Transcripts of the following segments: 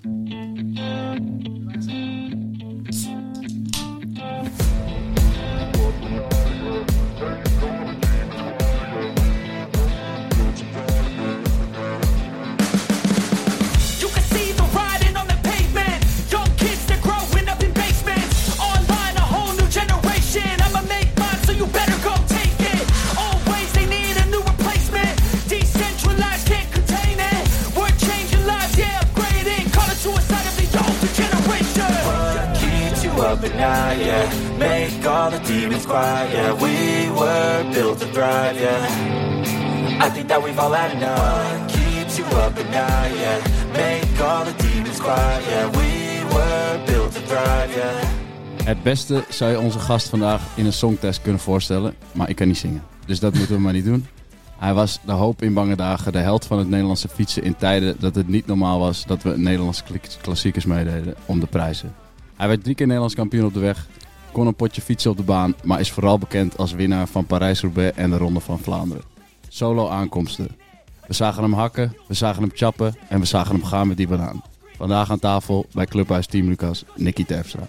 Now, yeah, make all the demons quiet. Yeah, we were built to thrive. Yeah, I think that we've all had enough. What keeps you up at night? Yeah, make all the demons quiet. Yeah, we were built to thrive. Yeah. Het beste zou je onze gast vandaag in een songtest kunnen voorstellen, maar ik kan niet zingen. Dus dat moeten we maar niet doen. Hij was de hoop in bange dagen, de held van het Nederlandse fietsen in tijden dat het niet normaal was dat we Nederlandse klassiekers meededen om de prijzen. Hij werd 3 keer Nederlands kampioen op de weg, kon een potje fietsen op de baan, maar is vooral bekend als winnaar van Parijs-Roubaix en de Ronde van Vlaanderen. Solo aankomsten. We zagen hem hakken, we zagen hem chappen en we zagen hem gaan met die banaan. Vandaag aan tafel bij Clubhuis Team Lucas, Nicky Terpstra.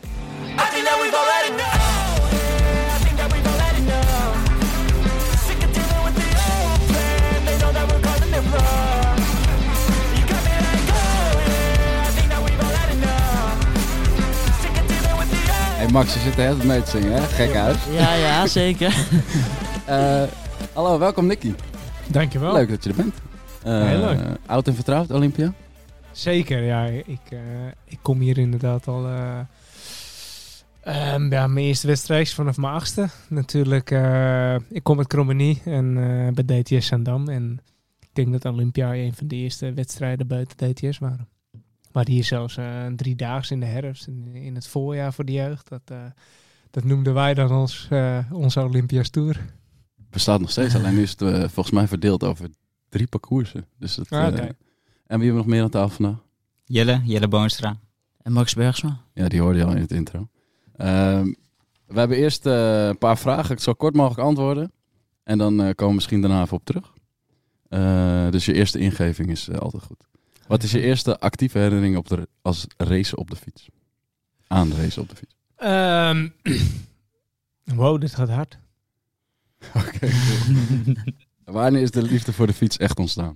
Hey Max, je zit de hele tijd mee te zingen, hè? Gek uit. Ja, zeker. Hallo, welkom Nicky. Dankjewel. Leuk dat je er bent. Heel leuk. Oud en vertrouwd, Olympia? Zeker, ja. Ik kom hier inderdaad al... mijn eerste wedstrijd vanaf mijn 8e. Natuurlijk, ik kom uit Krommenie en bij DTS Zaandam. En ik denk dat Olympia een van de eerste wedstrijden buiten DTS waren. Maar hier zelfs 3-daags in de herfst, in het voorjaar voor de jeugd. Dat noemden wij dan onze Olympia's Tour. Bestaat nog steeds, alleen nu is het volgens mij verdeeld over 3 parcoursen. Dus dat, Okay. En wie hebben we nog meer aan tafel vandaag? Jelle Boonstra. En Max Bergsma. Ja, die hoorde je al in het intro. We hebben eerst een paar vragen. Ik zal kort mogelijk antwoorden. En dan komen we misschien daarna even op terug. Dus je eerste ingeving is altijd goed. Wat is je eerste actieve herinnering als racen op de fiets? Aan racen op de fiets. Wow, dit gaat hard. Oké. Wanneer is de liefde voor de fiets echt ontstaan?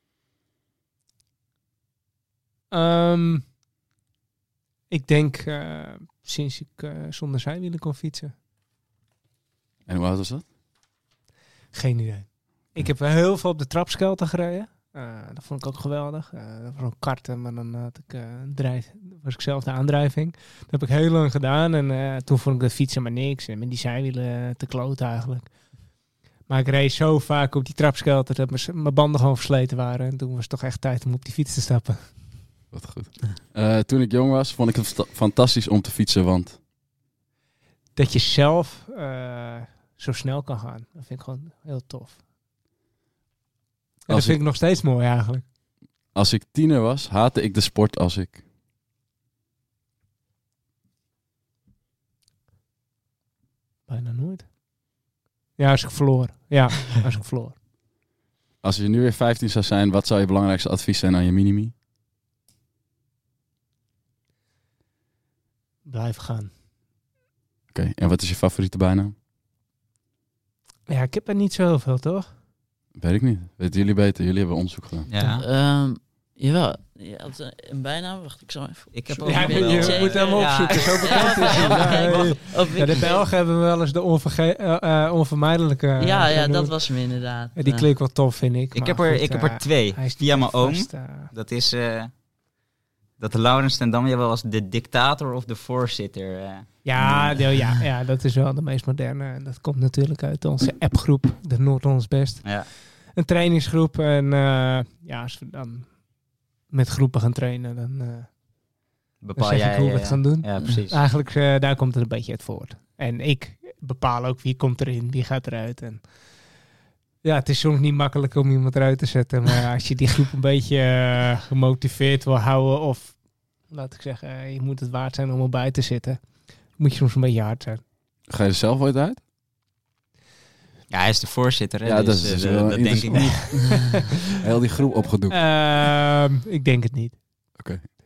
Ik denk sinds ik zonder zijwielen kon fietsen. En hoe oud was dat? Geen idee. Ik heb heel veel op de trapskelter gereden. Dat vond ik ook geweldig. Dat was een karten, maar dan had ik was ik zelf de aandrijving. Dat heb ik heel lang gedaan en toen vond ik dat fietsen maar niks. En met die zijwielen te kloten eigenlijk. Maar ik reed zo vaak op die trapskelter dat mijn banden gewoon versleten waren. En toen was het toch echt tijd om op die fiets te stappen. Wat goed. Toen ik jong was, vond ik het fantastisch om te fietsen, want... Dat je zelf zo snel kan gaan. Dat vind ik gewoon heel tof. En dat vind ik nog steeds mooi eigenlijk. Als ik tiener was, haatte ik de sport als ik... Bijna nooit. Ja, als ik verloor. Als ik verloor. Als je nu weer 15 zou zijn, wat zou je belangrijkste advies zijn aan je minimi? Blijf gaan. Oké, en wat is je favoriete bijnaam? Ja, ik heb er niet zo heel veel, toch? Weet ik niet. Weten jullie beter? Jullie hebben onderzoek gedaan. Ja. Jawel. Je had een bijnaam. Wacht, ik zal even... Ik heb ook je moet hem opzoeken. Zo bekend is hij. De Belgen hebben wel eens de onvermijdelijke... Ja, dat was hem inderdaad. Die klinkt wel tof, vind ik. Ik heb er 2. Via mijn oom. Dat is... dat Laurens ten Dam je wel als de dictator of de voorzitter... Ja, dat is wel de meest moderne. En dat komt natuurlijk uit onze appgroep, de Noord-Hollands Best. Ja. Een trainingsgroep. En als we dan met groepen gaan trainen, dan bepaal zeg jij ik hoe we het gaan doen. Ja, precies. Eigenlijk, daar komt het een beetje uit voort. En ik bepaal ook wie komt erin, wie gaat eruit. En ja, het is soms niet makkelijk om iemand eruit te zetten. Maar als je die groep een beetje gemotiveerd wil houden, of laat ik zeggen, je moet het waard zijn om erbij te zitten, moet je soms een beetje hard zijn. Ga je er zelf ooit uit? Ja, hij is de voorzitter. Hè? Ja, dus, dat is wel dat denk ik niet. Heel die groep opgedoekt. Ik denk het niet. Oké.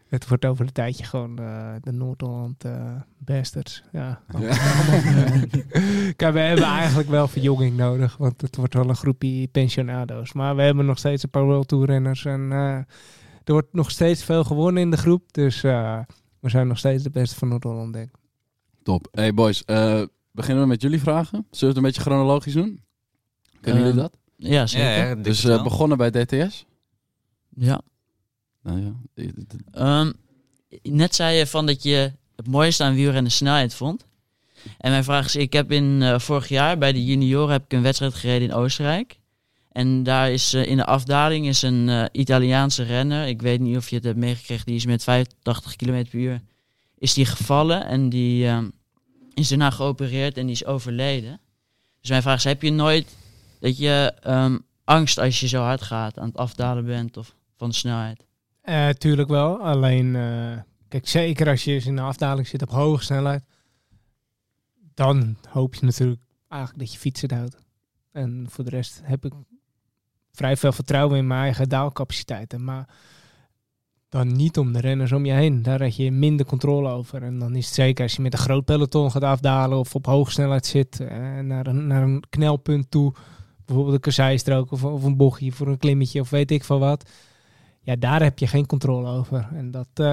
Het wordt over een tijdje gewoon de Noord-Holland bastards. Ja. Kijk, we hebben eigenlijk wel verjonging nodig. Want het wordt wel een groepje pensionado's. Maar we hebben nog steeds een paar World Tour renners. En er wordt nog steeds veel gewonnen in de groep. Dus we zijn nog steeds de beste van Noord-Holland, denk ik. Top. Hey boys, beginnen we met jullie vragen? Zullen we het een beetje chronologisch doen? Kunnen jullie dat? Ja, zeker. Ja, Dus begonnen bij DTS? Ja. Nou ja. Net zei je van dat je het mooiste aan wielrennen snelheid vond. En mijn vraag is, ik heb vorig jaar bij de junioren heb ik een wedstrijd gereden in Oostenrijk. En daar is in de afdaling is een Italiaanse renner. Ik weet niet of je het hebt meegekregen. Die is met 85 km per uur is die gevallen. En die is daarna geopereerd en die is overleden. Dus mijn vraag is, heb je nooit dat je angst als je zo hard gaat aan het afdalen bent of van de snelheid? Tuurlijk wel. Alleen, kijk, zeker als je in de afdaling zit op hoge snelheid, dan hoop je natuurlijk eigenlijk dat je fiets het houdt. En voor de rest heb ik vrij veel vertrouwen in mijn eigen daalcapaciteiten. Maar dan niet om de renners om je heen. Daar heb je minder controle over. En dan is het zeker als je met een groot peloton gaat afdalen of op hoge snelheid zit naar een knelpunt toe. Bijvoorbeeld een kasseistrook of een bochtje voor een klimmetje of weet ik veel wat. Ja, daar heb je geen controle over. En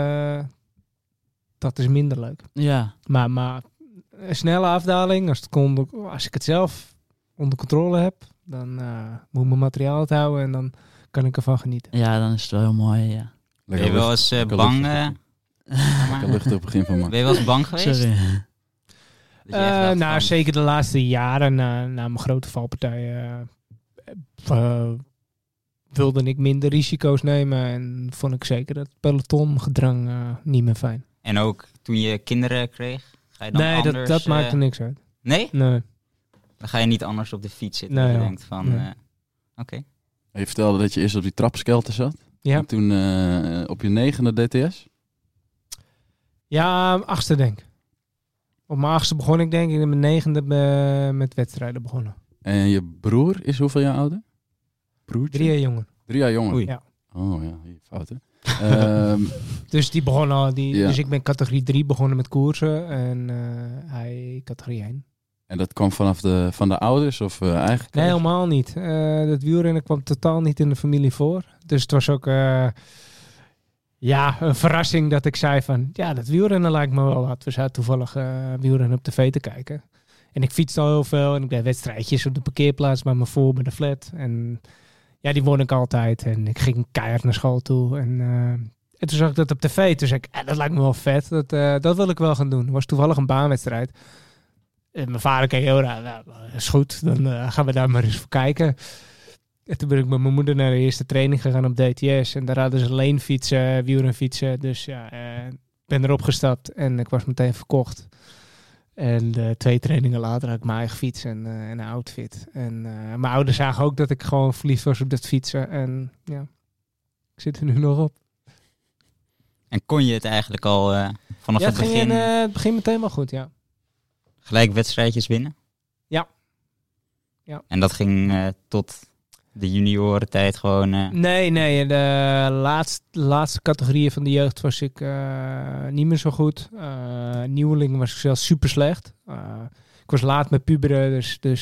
dat is minder leuk. Ja. Maar een snelle afdaling, als ik het zelf onder controle heb, dan moet mijn materiaal het houden en dan kan ik ervan genieten. Ja, dan is het wel heel mooi, ja. Ben je wel eens bang? Lucht op het begin van maand. Ben je wel eens bang geweest? Sorry. Zeker de laatste jaren na mijn grote valpartijen wilde ik minder risico's nemen en vond ik zeker het pelotongedrang niet meer fijn. En ook toen je kinderen kreeg, ga je dan anders? Nee, dat maakt er niks uit. Nee? Nee. Dan ga je niet anders op de fiets zitten. Nee, je denkt van, oké. Je vertelde dat je eerst op die trapskelter zat. Ja. En toen op je 9e DTS? Ja, 8e denk ik. Op mijn 8e begon ik denk ik. In mijn 9e met wedstrijden begonnen. En je broer is hoeveel jaar ouder? Broertje? 3 jaar jonger. 3 jaar jonger? Oei. Ja. Oh ja, fout hè? Dus die begon al. Dus ik ben categorie 3 begonnen met koersen. En hij categorie 1. En dat kwam van de ouders of eigenlijk? Nee, helemaal niet. Dat wielrennen kwam totaal niet in de familie voor. Dus het was ook een verrassing dat ik zei van, ja, dat wielrennen lijkt me wel wat. We zaten toevallig wielrennen op tv te kijken. En ik fietste al heel veel en ik deed wedstrijdjes op de parkeerplaats bij me voor, bij de flat. En ja, die won ik altijd. En ik ging keihard naar school toe. En toen zag ik dat op tv. Toen zei ik, dat lijkt me wel vet. Dat wil ik wel gaan doen. Het was toevallig een baanwedstrijd. En mijn vader keek heel raar. Nou, is goed, dan gaan we daar maar eens voor kijken. En toen ben ik met mijn moeder naar de eerste training gegaan op DTS. En daar hadden ze leenfietsen, wielrenfietsen. Dus ja, ik ben erop gestapt en ik was meteen verkocht. En 2 trainingen later had ik mijn eigen fiets en een outfit. En mijn ouders zagen ook dat ik gewoon verliefd was op dat fietsen. En ja, ik zit er nu nog op. En kon je het eigenlijk al vanaf het begin? Ja, het begin meteen wel goed, ja. Gelijk wedstrijdjes winnen? Ja. En dat ging tot de juniorentijd gewoon? Nee. De laatste categorieën van de jeugd was ik niet meer zo goed. Nieuwelingen was ik zelfs super slecht. Ik was laat met puberen, dus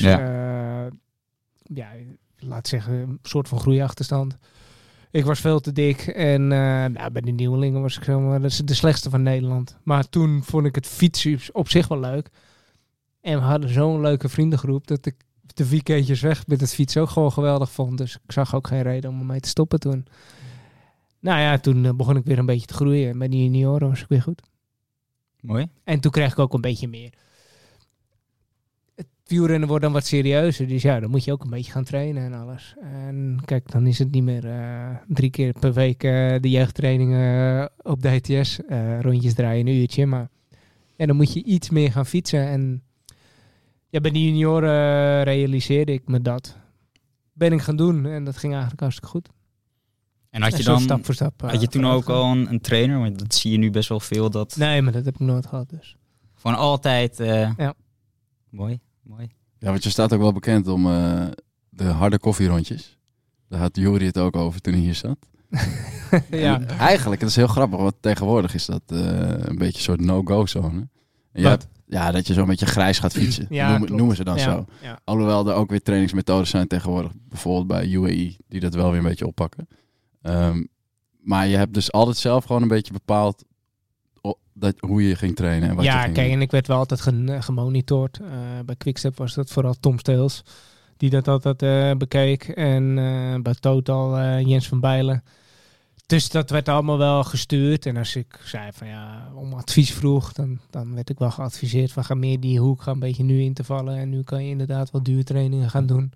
laat zeggen, een soort van groeiachterstand. Ik was veel te dik en bij de nieuwelingen was ik zomaar de slechtste van Nederland. Maar toen vond ik het fietsen op zich wel leuk. En we hadden zo'n leuke vriendengroep dat ik de weekendjes weg met het fietsen ook gewoon geweldig vond. Dus ik zag ook geen reden om ermee te stoppen toen. Nou ja, toen begon ik weer een beetje te groeien. En bij die junioren was ik weer goed. Mooi. En toen kreeg ik ook een beetje meer. Het wielrennen wordt dan wat serieuzer. Dus ja, dan moet je ook een beetje gaan trainen en alles. En kijk, dan is het niet meer 3 keer per week de jeugdtrainingen op DTS. Rondjes draaien, een uurtje. Maar ja, dan moet je iets meer gaan fietsen. En ja, bij de junioren realiseerde ik me dat. Ben ik gaan doen en dat ging eigenlijk hartstikke goed. En had je dan stap voor stap, had je toen ook al een trainer? Want dat zie je nu best wel veel. Nee, maar dat heb ik nooit gehad dus. Gewoon altijd. Ja. Mooi. Ja, want je staat ook wel bekend om de harde koffierondjes. Daar had Jori het ook over toen hij hier zat. Ja. Eigenlijk, het is heel grappig, want tegenwoordig is dat een beetje een soort no-go zone. En je hebt, dat je zo'n beetje grijs gaat fietsen. Noemen ze dan zo. Ja. Alhoewel er ook weer trainingsmethodes zijn tegenwoordig. Bijvoorbeeld bij UAE, die dat wel weer een beetje oppakken. Maar je hebt dus altijd zelf gewoon een beetje bepaald hoe je ging trainen. En wat je ging doen. En ik werd wel altijd gemonitord. Bij Quickstep was dat vooral Tom Steels die dat altijd bekeek. En bij Total Jens van Bijlen. Dus dat werd allemaal wel gestuurd. En als ik zei van om advies vroeg, dan werd ik wel geadviseerd van ga meer die hoek, ga een beetje nu in te vallen. En nu kan je inderdaad wel duurtrainingen gaan doen.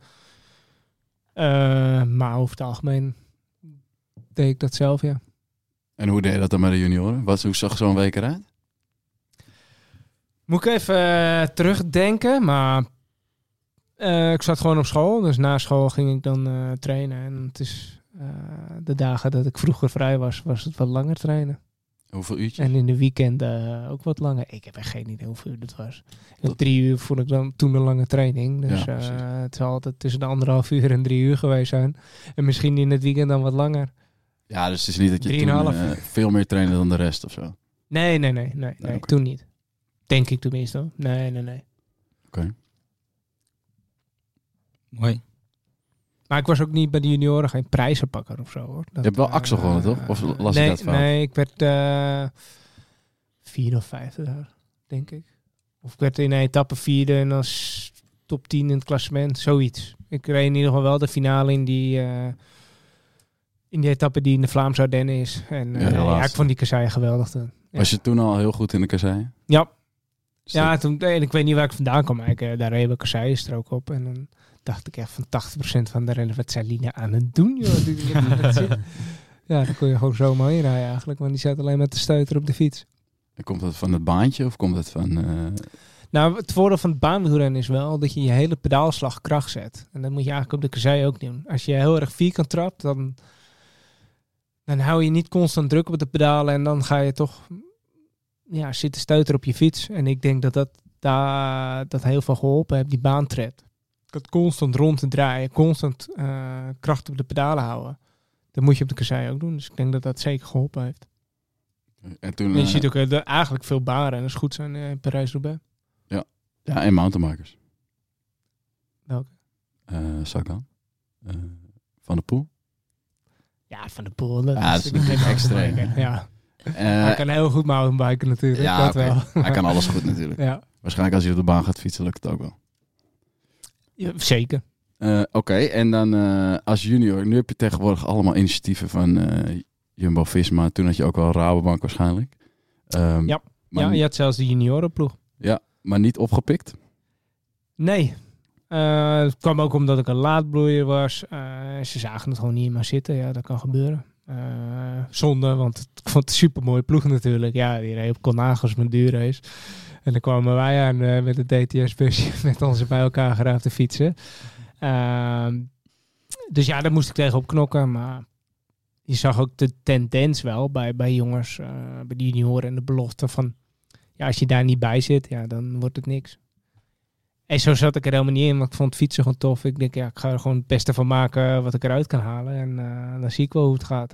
Maar over het algemeen deed ik dat zelf, ja. En hoe deed je dat dan met de junioren? Hoe zag zo'n week eruit? Moet ik even terugdenken, maar ik zat gewoon op school. Dus na school ging ik dan trainen. En het is de dagen dat ik vroeger vrij was het wat langer trainen. Hoeveel uurtjes? En in de weekenden ook wat langer. Ik heb echt geen idee hoeveel uur dat was. 3 uur vond ik dan toen een lange training. Dus het zal altijd tussen de 1,5 uur en 3 uur geweest zijn. En misschien in het weekend dan wat langer. Ja, dus het is niet dat je toen veel meer trainde dan de rest of zo? Nee, okay. Toen niet. Denk ik tenminste. Nee. Oké. Mooi. Maar ik was ook niet bij de junioren geen prijzenpakker of zo, hoor. Je hebt wel Axel gewonnen, toch? Of las ik dat fout? Nee, ik werd 4e of 5e daar, denk ik. Of ik werd in een etappe 4e en als top 10 in het klassement, zoiets. Ik reed in ieder geval wel de finale in die etappe die in de Vlaamse Ardennen is. En ik vond die kasseien geweldig toen. Ja. Was je toen al heel goed in de kasseien? Ja. Ja, toen, en ik weet niet waar ik vandaan kwam. Daar reden we kasseienstrook op en dan dacht ik echt van 80% van de renners, wat zijn Lina aan het doen, joh? Ja, dan kon je gewoon zomaar inrijden eigenlijk, want die zat alleen met de steuter op de fiets. En komt dat van het baantje of komt dat van... Nou, het voordeel van het baanwielrennen is wel dat je je hele pedaalslag kracht zet. En dat moet je eigenlijk op de kassei ook doen. Als je heel erg vierkant trapt, dan hou je niet constant druk op de pedalen en dan ga je toch zitten steuter op je fiets. En ik denk dat heel veel geholpen heeft, die baantred. Dat constant rond te draaien, constant kracht op de pedalen houden. Dat moet je op de kassei ook doen. Dus ik denk dat dat zeker geholpen heeft. En toen, je ziet ook eigenlijk veel baanrenners goed zijn in Parijs-Roubaix. Ja, en mountainbikers. Welke? Sagan. Van der Poel. Ja, Van der Poel. Dat is natuurlijk extreem. Ja. Hij kan heel goed mountainbiken natuurlijk. Ja, dat wel. Hij kan alles goed natuurlijk. Ja. Waarschijnlijk als hij op de baan gaat fietsen lukt het ook wel. Ja, zeker. Oké, en dan als junior, nu heb je tegenwoordig allemaal initiatieven van Jumbo-Visma. Toen had je ook wel Rabobank waarschijnlijk. Ja, je had zelfs de juniorenploeg. Ja, maar niet opgepikt? Nee. Het kwam ook omdat ik een laadbloeier was. Ze zagen het gewoon niet in me zitten. Ja, dat kan gebeuren. Zonde, want ik vond het een supermooie ploeg natuurlijk. Ja, die reed op Colnagels met duurrace. En dan kwamen wij aan met het DTS-busje met onze bij elkaar geraapte fietsen. Dus ja, daar moest ik tegenop knokken. Maar je zag ook de tendens wel bij jongens, bij de junioren en de belofte van... Ja, als je daar niet bij zit, ja, dan wordt het niks. En zo zat ik er helemaal niet in, want ik vond fietsen gewoon tof. Ik denk, ik ga er gewoon het beste van maken wat ik eruit kan halen. En dan zie ik wel hoe het gaat.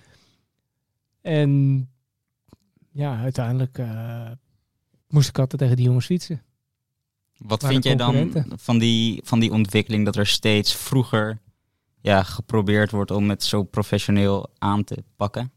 En ja, uiteindelijk moest ik altijd tegen die jongens fietsen. Wat vind jij dan van die ontwikkeling dat er steeds vroeger geprobeerd wordt om het zo professioneel aan te pakken?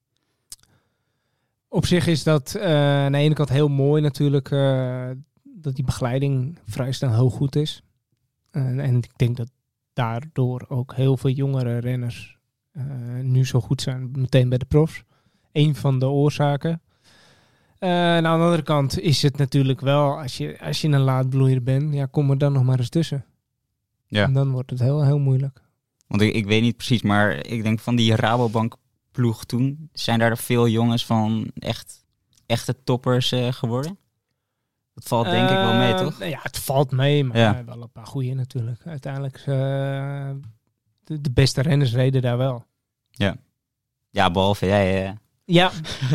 Op zich is dat aan de ene kant heel mooi natuurlijk, dat die begeleiding vrij snel heel goed is. En ik denk dat daardoor ook heel veel jongere renners nu zo goed zijn, meteen bij de profs. Eén van de oorzaken. Aan de andere kant is het natuurlijk wel, als je een laadbloeier bent, kom er dan nog maar eens tussen. Ja. En dan wordt het heel, heel moeilijk. Want ik weet niet precies, maar ik denk van die Rabobank ploeg toen, zijn daar veel jongens van echte toppers geworden? Dat valt denk ik wel mee, toch? Ja, het valt mee, maar wel een paar goeie natuurlijk. Uiteindelijk de beste renners reden daar wel. Ja. Ja, behalve jij. Ja.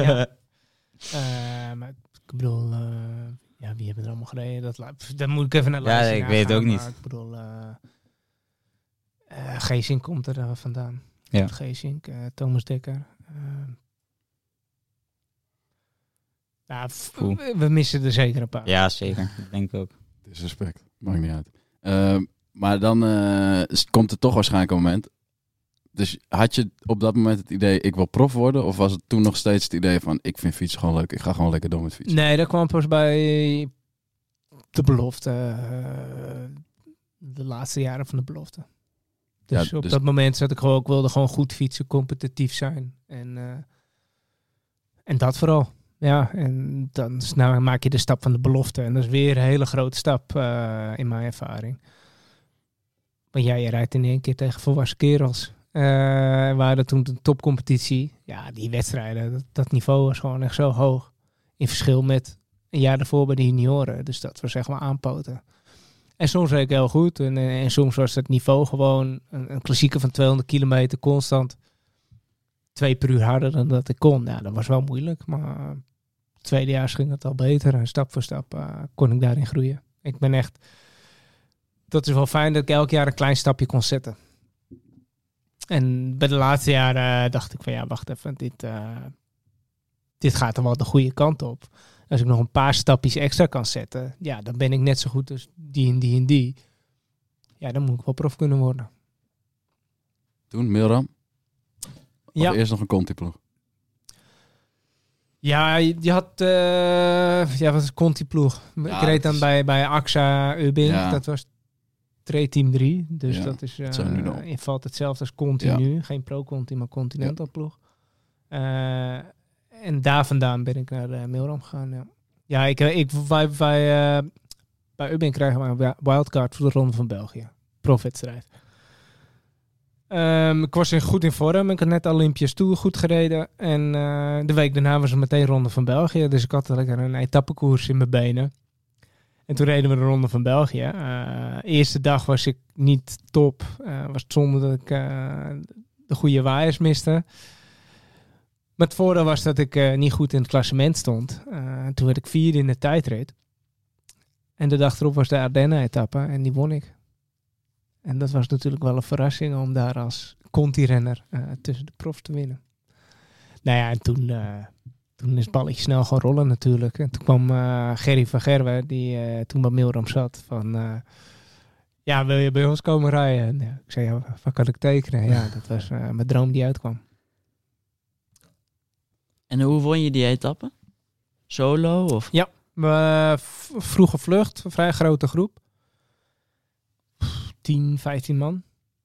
Maar ik bedoel, wie hebben er allemaal gereden? Dat moet ik even naar luisteren. Ja, ik weet het ook niet. Maar ik bedoel, Geesink komt er vandaan. Ja. Geesink, Thomas Dekker. Cool. We missen er zeker een paar. Ja, zeker. Dat denk ik ook. Disrespect. Maakt niet uit. Maar dan komt er toch waarschijnlijk een moment. Dus had je op dat moment het idee, ik wil prof worden? Of was het toen nog steeds het idee van, ik vind fietsen gewoon leuk. Ik ga gewoon lekker door met fietsen? Nee, dat kwam pas bij de belofte. De laatste jaren van de belofte. Dus Ja, op dus- dat moment zat ik gewoon, ik wilde gewoon goed fietsen, competitief zijn. En dat vooral. Ja, en dan maak je de stap van de belofte. En dat is weer een hele grote stap in mijn ervaring. Want ja, je rijdt in één keer tegen volwassen kerels. We hadden toen de topcompetitie. Ja, die wedstrijden, dat niveau was gewoon echt zo hoog. In verschil met een jaar daarvoor bij de junioren. Dus dat was zeg maar aanpoten. En soms reed ik heel goed. En soms was het niveau gewoon een klassieker van 200 kilometer constant. 2 per uur harder dan dat ik kon. Ja, dat was wel moeilijk. Maar het tweede jaar ging het al beter. En stap voor stap kon ik daarin groeien. Ik ben echt... Dat is wel fijn dat ik elk jaar een klein stapje kon zetten. En bij de laatste jaren dacht ik van ja, wacht even. Dit gaat er wel de goede kant op. Als ik nog een paar stapjes extra kan zetten. Ja, dan ben ik net zo goed als die en die en die. Ja, dan moet ik wel prof kunnen worden. Toen, Milram? Ja. Of eerst nog een Conti-ploeg? Ja, je had... wat is Conti-ploeg? Ja, ik reed dan is- bij AXA Ubbing. Ja. Dat was Team 3. Dus Ja, dat is zijn nu nog. in valt hetzelfde als Continu. Geen Pro-Conti, maar Continental ploeg. En daar vandaan ben ik naar de Milram gegaan. Ja, bij Ubbing krijgen we een wildcard voor de Ronde van België. Profwedstrijd. Ik was goed in vorm. Ik had net Olympisch Tour goed gereden. En de week daarna was er meteen Ronde van België. Dus ik had lekker een etappekoers in mijn benen. En toen reden we de Ronde van België. Eerste dag was ik niet top. Was het zonde dat ik de goede waaiers miste. Maar het voordeel was dat ik niet goed in het klassement stond. Toen werd ik 4e in de tijdrit. En de dag erop was de Ardennen-etappe en die won ik. En dat was natuurlijk wel een verrassing om daar als Conti-renner tussen de profs te winnen. Nou ja, en toen is het balletje snel gaan rollen natuurlijk. En toen kwam Gerry van Gerwen, die toen bij Milram zat, van... ja, wil je bij ons komen rijden? En, ik zei, ja, wat kan ik tekenen? Ja, dat was mijn droom die uitkwam. En hoe won je die etappe? Solo? Of? Vroege vlucht, een vrij grote groep. 10, 15 man.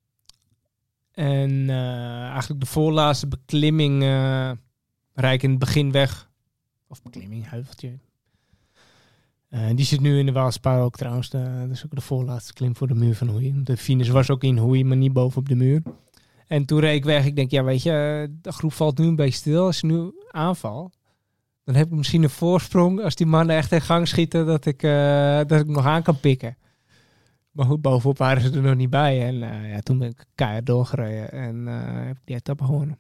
En eigenlijk de voorlaatste beklimming rijd ik in het begin weg. Of beklimming, heuveltje. Die zit nu in de Waalspuil ook trouwens. Dat is ook de voorlaatste klim voor de muur van Hoei. De finish was ook in Hoei, maar niet boven op de muur. En toen reed ik weg. Ik denk, ja weet je, de groep valt nu een beetje stil. Als ik nu aanval, dan heb ik misschien een voorsprong. Als die mannen echt in gang schieten, dat ik nog aan kan pikken. Maar goed, bovenop waren ze er nog niet bij. En toen ben ik keihard doorgereden. En heb ik die etappe gewonnen.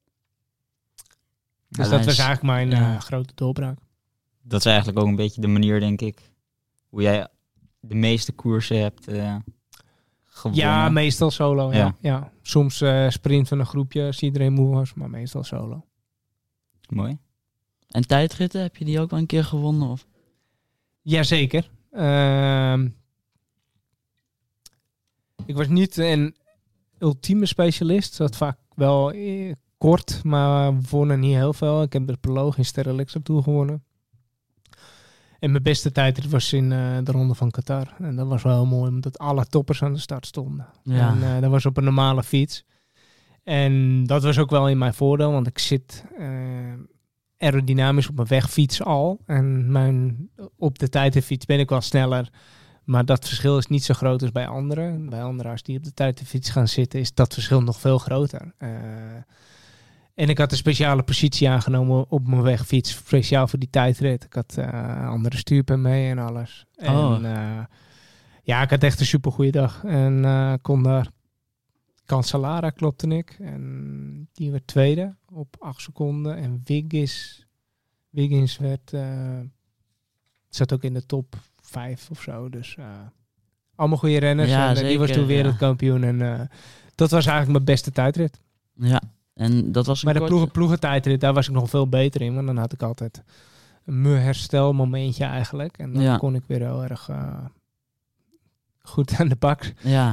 Dus Ja, dat was is- eigenlijk mijn ja. grote doorbraak. Dat is eigenlijk ook een beetje de manier, denk ik, hoe jij de meeste koersen hebt gewonnen. Ja, meestal solo. Ja. Ja. Soms sprint van een groepje als iedereen moe was. Maar meestal solo. Mooi. En tijdritten, heb je die ook wel een keer gewonnen? Of? Jazeker. Ik was niet een ultieme specialist. Dat vaak wel kort, maar we wonnen niet heel veel. Ik heb de proloog in Sterre Lexa Tour gewonnen. En mijn beste tijd was in de Ronde van Qatar. En dat was wel heel mooi, omdat alle toppers aan de start stonden. Ja. En dat was op een normale fiets. En dat was ook wel in mijn voordeel, want ik zit aerodynamisch op mijn wegfiets al. En op de tijdritfiets ben ik wel sneller. Maar dat verschil is niet zo groot als bij anderen. Bij anderen, als die op de tijdritfiets gaan zitten, is dat verschil nog veel groter. En ik had een speciale positie aangenomen op mijn wegfiets, speciaal voor die tijdrit. Ik had andere stuurpen mee en alles. Oh. En ja, ik had echt een supergoeie dag. En kon daar... Cancellara klopte ik. En die werd tweede op 8 seconden. En Wiggins werd... zat ook in de top 5 of zo. Dus allemaal goede renners. Ja, en die was zeker, toen wereldkampioen. En dat was eigenlijk mijn beste tijdrit. Ja, en dat was een Maar de korte- ploegentijdrit, daar was ik nog veel beter in. Want dan had ik altijd een herstelmomentje eigenlijk. En dan Ja. kon ik weer heel erg goed aan de bak. Ja,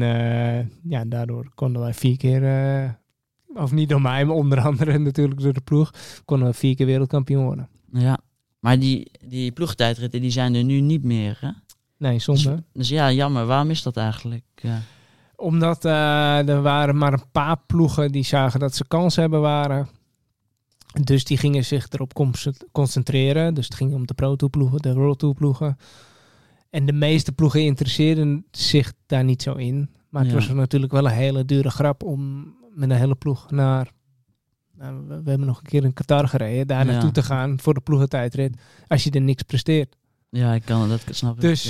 En daardoor konden wij 4 keer... of niet door mij, maar onder andere natuurlijk door de ploeg. Konden we 4 keer wereldkampioen worden. ja. Maar die ploegtijdritten die zijn er nu niet meer, hè? Nee, zonde. Dus ja, jammer. Waarom is dat eigenlijk? Ja. Omdat er waren maar een paar ploegen die zagen dat ze kans hebben waren. Dus die gingen zich erop concentreren. Dus het ging om de Pro Tour ploegen, de World Tour ploegen. En de meeste ploegen interesseerden zich daar niet zo in. Maar het Ja. was natuurlijk wel een hele dure grap om met een hele ploeg naar... Nou, we hebben nog een keer in Qatar gereden. Daar Ja. naartoe te gaan voor de ploegentijdrit. Als je er niks presteert. Ja, dat snap ik. Dus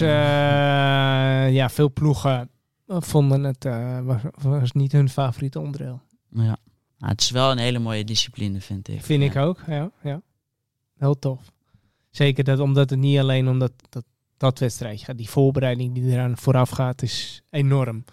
ja. veel ploegen vonden het was niet hun favoriete onderdeel. Ja. Nou, het is wel een hele mooie discipline, vind ik. Vind ik ook, ja. Heel tof. Zeker omdat het niet alleen om dat wedstrijdje gaat. Die voorbereiding die eraan vooraf gaat is enorm.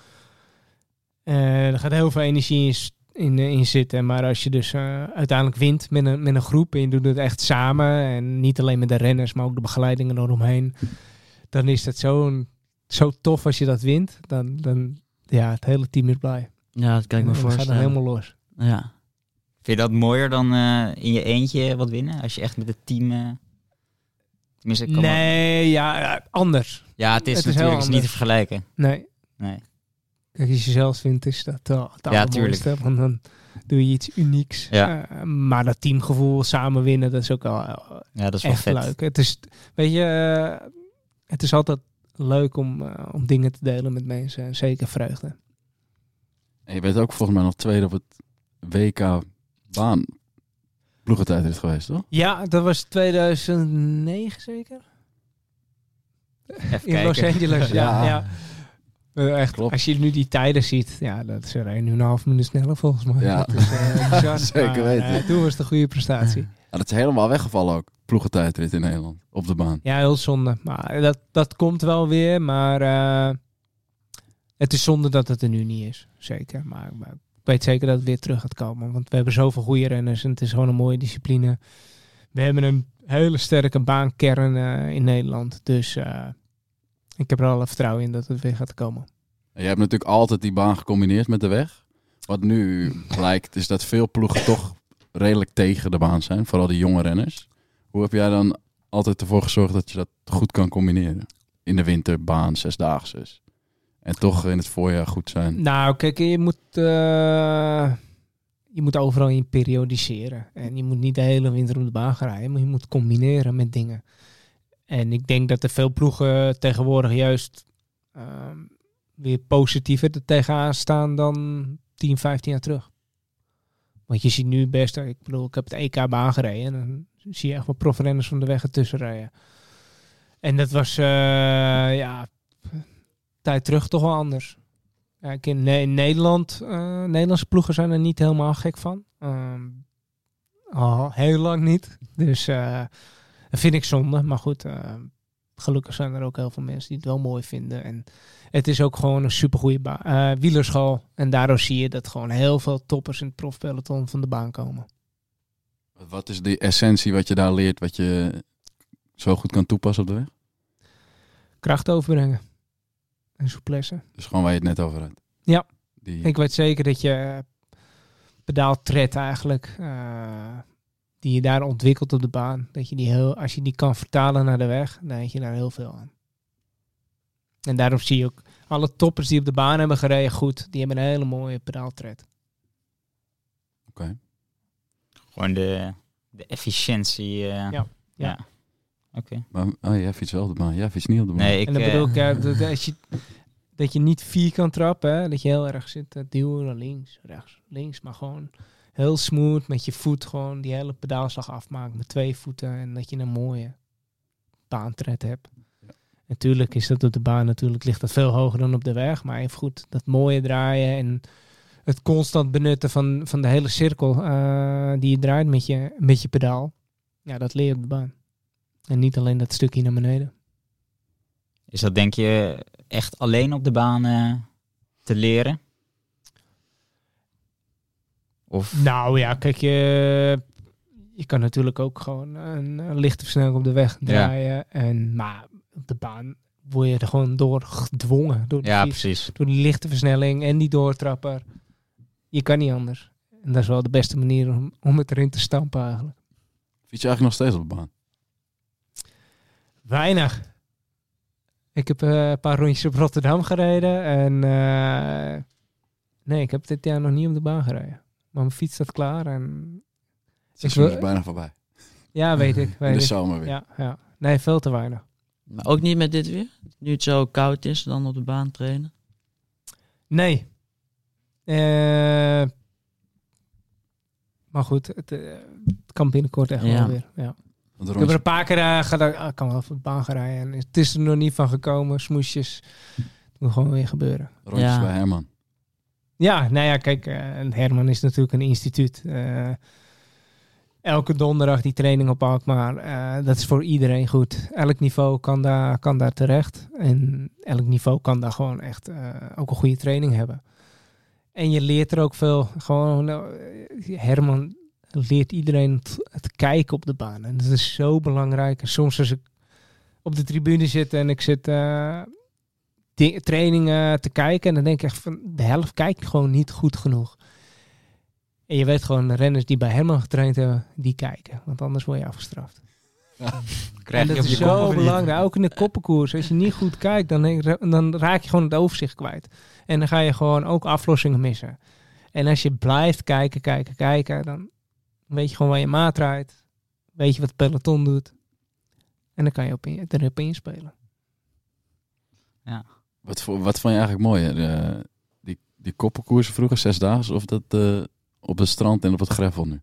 Er gaat heel veel energie in zitten. Maar als je dus uiteindelijk wint met een groep en je doet het echt samen en niet alleen met de renners, maar ook de begeleidingen eromheen, dan is dat zo tof als je dat wint. Dan het hele team is blij. Ja, dat kan ik me Dan gaat het voorstellen. helemaal los. Ja. Vind je dat mooier dan in je eentje wat winnen? Als je echt met het team... tenminste, kan Nee, anders. Ja, het is het is natuurlijk heel niet te anders. vergelijken. Nee. Nee. Kijk, als je zelf wint, is dat wel het Ja, allermooiste. Want dan doe je iets unieks. Ja. Maar dat teamgevoel, samen winnen, dat is ook wel Ja, dat is wel echt vet. leuk. Het is, weet je, het is altijd leuk om dingen te delen met mensen. En zeker vreugde. En je bent ook volgens mij nog tweede op het WK baan ploegentijdrit geweest, toch? Ja, dat was 2009 zeker? Even In Los kijken. Angeles, Ja. ja. Echt, Klopt. als je nu die tijden ziet, ja, dat is er nu een half minuut sneller volgens mij. Ja. Dat is, bizar. Zeker Maar, weten. toen was het een goede prestatie. Ja, dat is helemaal weggevallen ook, ploegentijdrit in Nederland, op de baan. Ja, heel zonde. Maar dat komt wel weer, maar het is zonde dat het er nu niet is. Zeker. Maar ik weet zeker dat het weer terug gaat komen. Want we hebben zoveel goede renners en het is gewoon een mooie discipline. We hebben een hele sterke baankern in Nederland. Dus ik heb er alle vertrouwen in dat het weer gaat komen. En je hebt natuurlijk altijd die baan gecombineerd met de weg. Wat nu blijkt is dat veel ploegen toch redelijk tegen de baan zijn. Vooral die jonge renners. Hoe heb jij dan altijd ervoor gezorgd dat je dat goed kan combineren? In de winter baan, 6-daagse. En toch in het voorjaar goed zijn. Nou, kijk, je moet overal in periodiseren. En je moet niet de hele winter op de baan gaan rijden, maar je moet combineren met dingen. En ik denk dat er veel ploegen tegenwoordig juist weer positiever er tegenaan staan dan 10, 15 jaar terug. Want je ziet nu best, ik bedoel, ik heb het EK-baan gereden en dan zie je echt wel profrenners van de weg ertussen rijden. En dat was, tijd terug toch wel anders. Ja, in Nederland, Nederlandse ploegen zijn er niet helemaal gek van. Al heel lang niet. Dus dat vind ik zonde. Maar goed, gelukkig zijn er ook heel veel mensen die het wel mooi vinden. En het is ook gewoon een supergoeie wielerschool. En daardoor zie je dat gewoon heel veel toppers in het profpeloton van de baan komen. Wat is de essentie wat je daar leert, wat je zo goed kan toepassen op de weg? Kracht overbrengen. En souplesse. Dus gewoon waar je het net over had. Ja. Die, Ik weet zeker dat je pedaaltred eigenlijk, die je daar ontwikkelt op de baan, dat je die als je die kan vertalen naar de weg, dan heb je daar heel veel aan. En daarom zie je ook alle toppers die op de baan hebben gereden goed, die hebben een hele mooie pedaaltred. Oké. Gewoon de efficiëntie. Ja. Oké. Maar jij fietst wel op de baan. Jij fietst niet op de baan. Nee, En dan bedoel ik dat je niet vier kan trappen, hè? Dat je heel erg zit te duwen naar links, rechts, links, maar gewoon heel smooth met je voet gewoon die hele pedaalslag afmaakt met 2 voeten en dat je een mooie baantred hebt. Ja. Natuurlijk is dat op de baan, ligt dat veel hoger dan op de weg, maar even goed dat mooie draaien en het constant benutten van de hele cirkel die je draait met je pedaal. Ja, dat leer je op de baan. En niet alleen dat stukje naar beneden. Is dat denk je echt alleen op de baan te leren? Of, Nou ja, kijk, je kan natuurlijk ook gewoon een lichte versnelling op de weg draaien. Maar op de baan word je er gewoon door gedwongen. Door de fiets, precies. door die lichte versnelling en die doortrapper. Je kan niet anders. En dat is wel de beste manier om het erin te stampen eigenlijk. Fiets je eigenlijk nog steeds op de baan? Weinig. Ik heb een paar rondjes op Rotterdam gereden. En nee, ik heb dit jaar nog niet op de baan gereden. Maar mijn fiets staat klaar. En Het seizoen is bijna voorbij. ja, weet ik. In de zomer weer. Ja. Nee, veel te weinig. Maar ook niet met dit weer? Nu het zo koud is, dan op de baan trainen? Nee. Maar goed, het kan binnenkort echt wel weer. Ja. Want Ik heb er een paar keer gedacht, ik kan wel op de baan gaan rijden. En het is er nog niet van gekomen, smoesjes. Het moet gewoon weer gebeuren. rondjes bij Herman. Ja, nou ja, kijk, Herman is natuurlijk een instituut. Elke donderdag die training op Alkmaar, dat is voor iedereen goed. Elk niveau kan daar terecht. En elk niveau kan daar gewoon echt ook een goede training hebben. En je leert er ook veel. Gewoon, Herman leert iedereen het kijken op de baan. En dat is zo belangrijk. En soms als ik op de tribune zit en ik zit trainingen te kijken, en dan denk ik echt van de helft kijkt gewoon niet goed genoeg. En je weet gewoon, de renners die bij Herman getraind hebben, die kijken. Want anders word je afgestraft. Krijg en je dat op is je kop zo of niet? belangrijk. Ook in de koppenkoers. Als je niet goed kijkt, dan raak je gewoon het overzicht kwijt. En dan ga je gewoon ook aflossingen missen. En als je blijft kijken, dan weet je gewoon waar je maat rijdt. Weet je wat het peloton doet. En dan kan je erop inspelen. Ja. Wat vond je eigenlijk mooier? Die koppenkoersen vroeger, 6 dagen, of dat op het strand en op het gravel nu?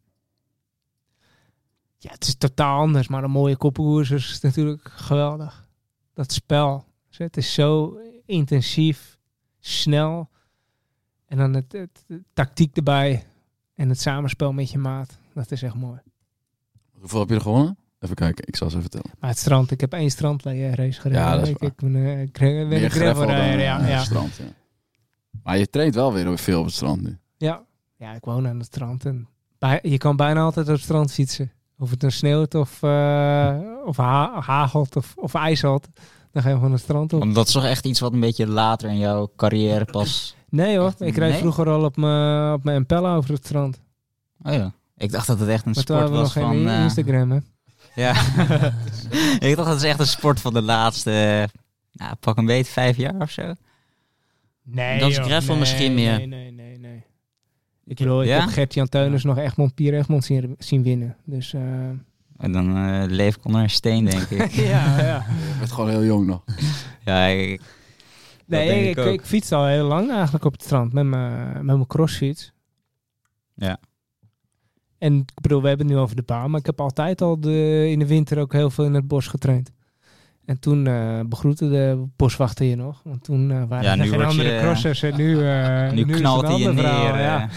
Ja, het is totaal anders. Maar een mooie koppenkoers is natuurlijk geweldig. Dat spel. Het is zo intensief, snel. En dan het tactiek erbij. En het samenspel met je maat. Dat is echt mooi. Hoeveel heb je er gewonnen? Even kijken, ik zal eens even vertellen. Maar het strand, ik heb 1 strandrace gereden. Ja, dat is ik ben een gravelrijder. Ja. Strand, ja. Maar je traint wel weer veel op het strand nu. Ja, ik woon aan het strand. En je kan bijna altijd op het strand fietsen. Of het dan sneeuwt of hagelt of ijzelt. Dan ga je gewoon het strand op. Want dat is toch echt iets wat een beetje later in jouw carrière pas... Nee hoor, Echt, ik reed nee? vroeger al op mijn Impella over het strand. Oh ja. Ik dacht dat het echt een Maar toen sport hadden we was nog geen van... Instagram, hè? Ja. Ik dacht dat het echt een sport van de laatste... pak een beetje 5 jaar of zo. Nee, Dat is joh. gravel misschien meer. Nee. Ik bedoel, ik Ja? heb Gert-Jan Teunus nog Pierre Egmond zien winnen. Dus En dan leef ik onder een steen, denk ik. ja. Je bent gewoon heel jong nog. Ja, denk Nee, ik ook. ik fiets al heel lang eigenlijk op het strand met mijn crossfiets. Ja. En ik bedoel, we hebben het nu over de baan, maar ik heb altijd al in de winter ook heel veel in het bos getraind. En toen begroette de boswachter je nog, want toen waren er nu geen word andere je- crossers. En nu Nu is knalt het hij een je ander verhaal, neer. ja.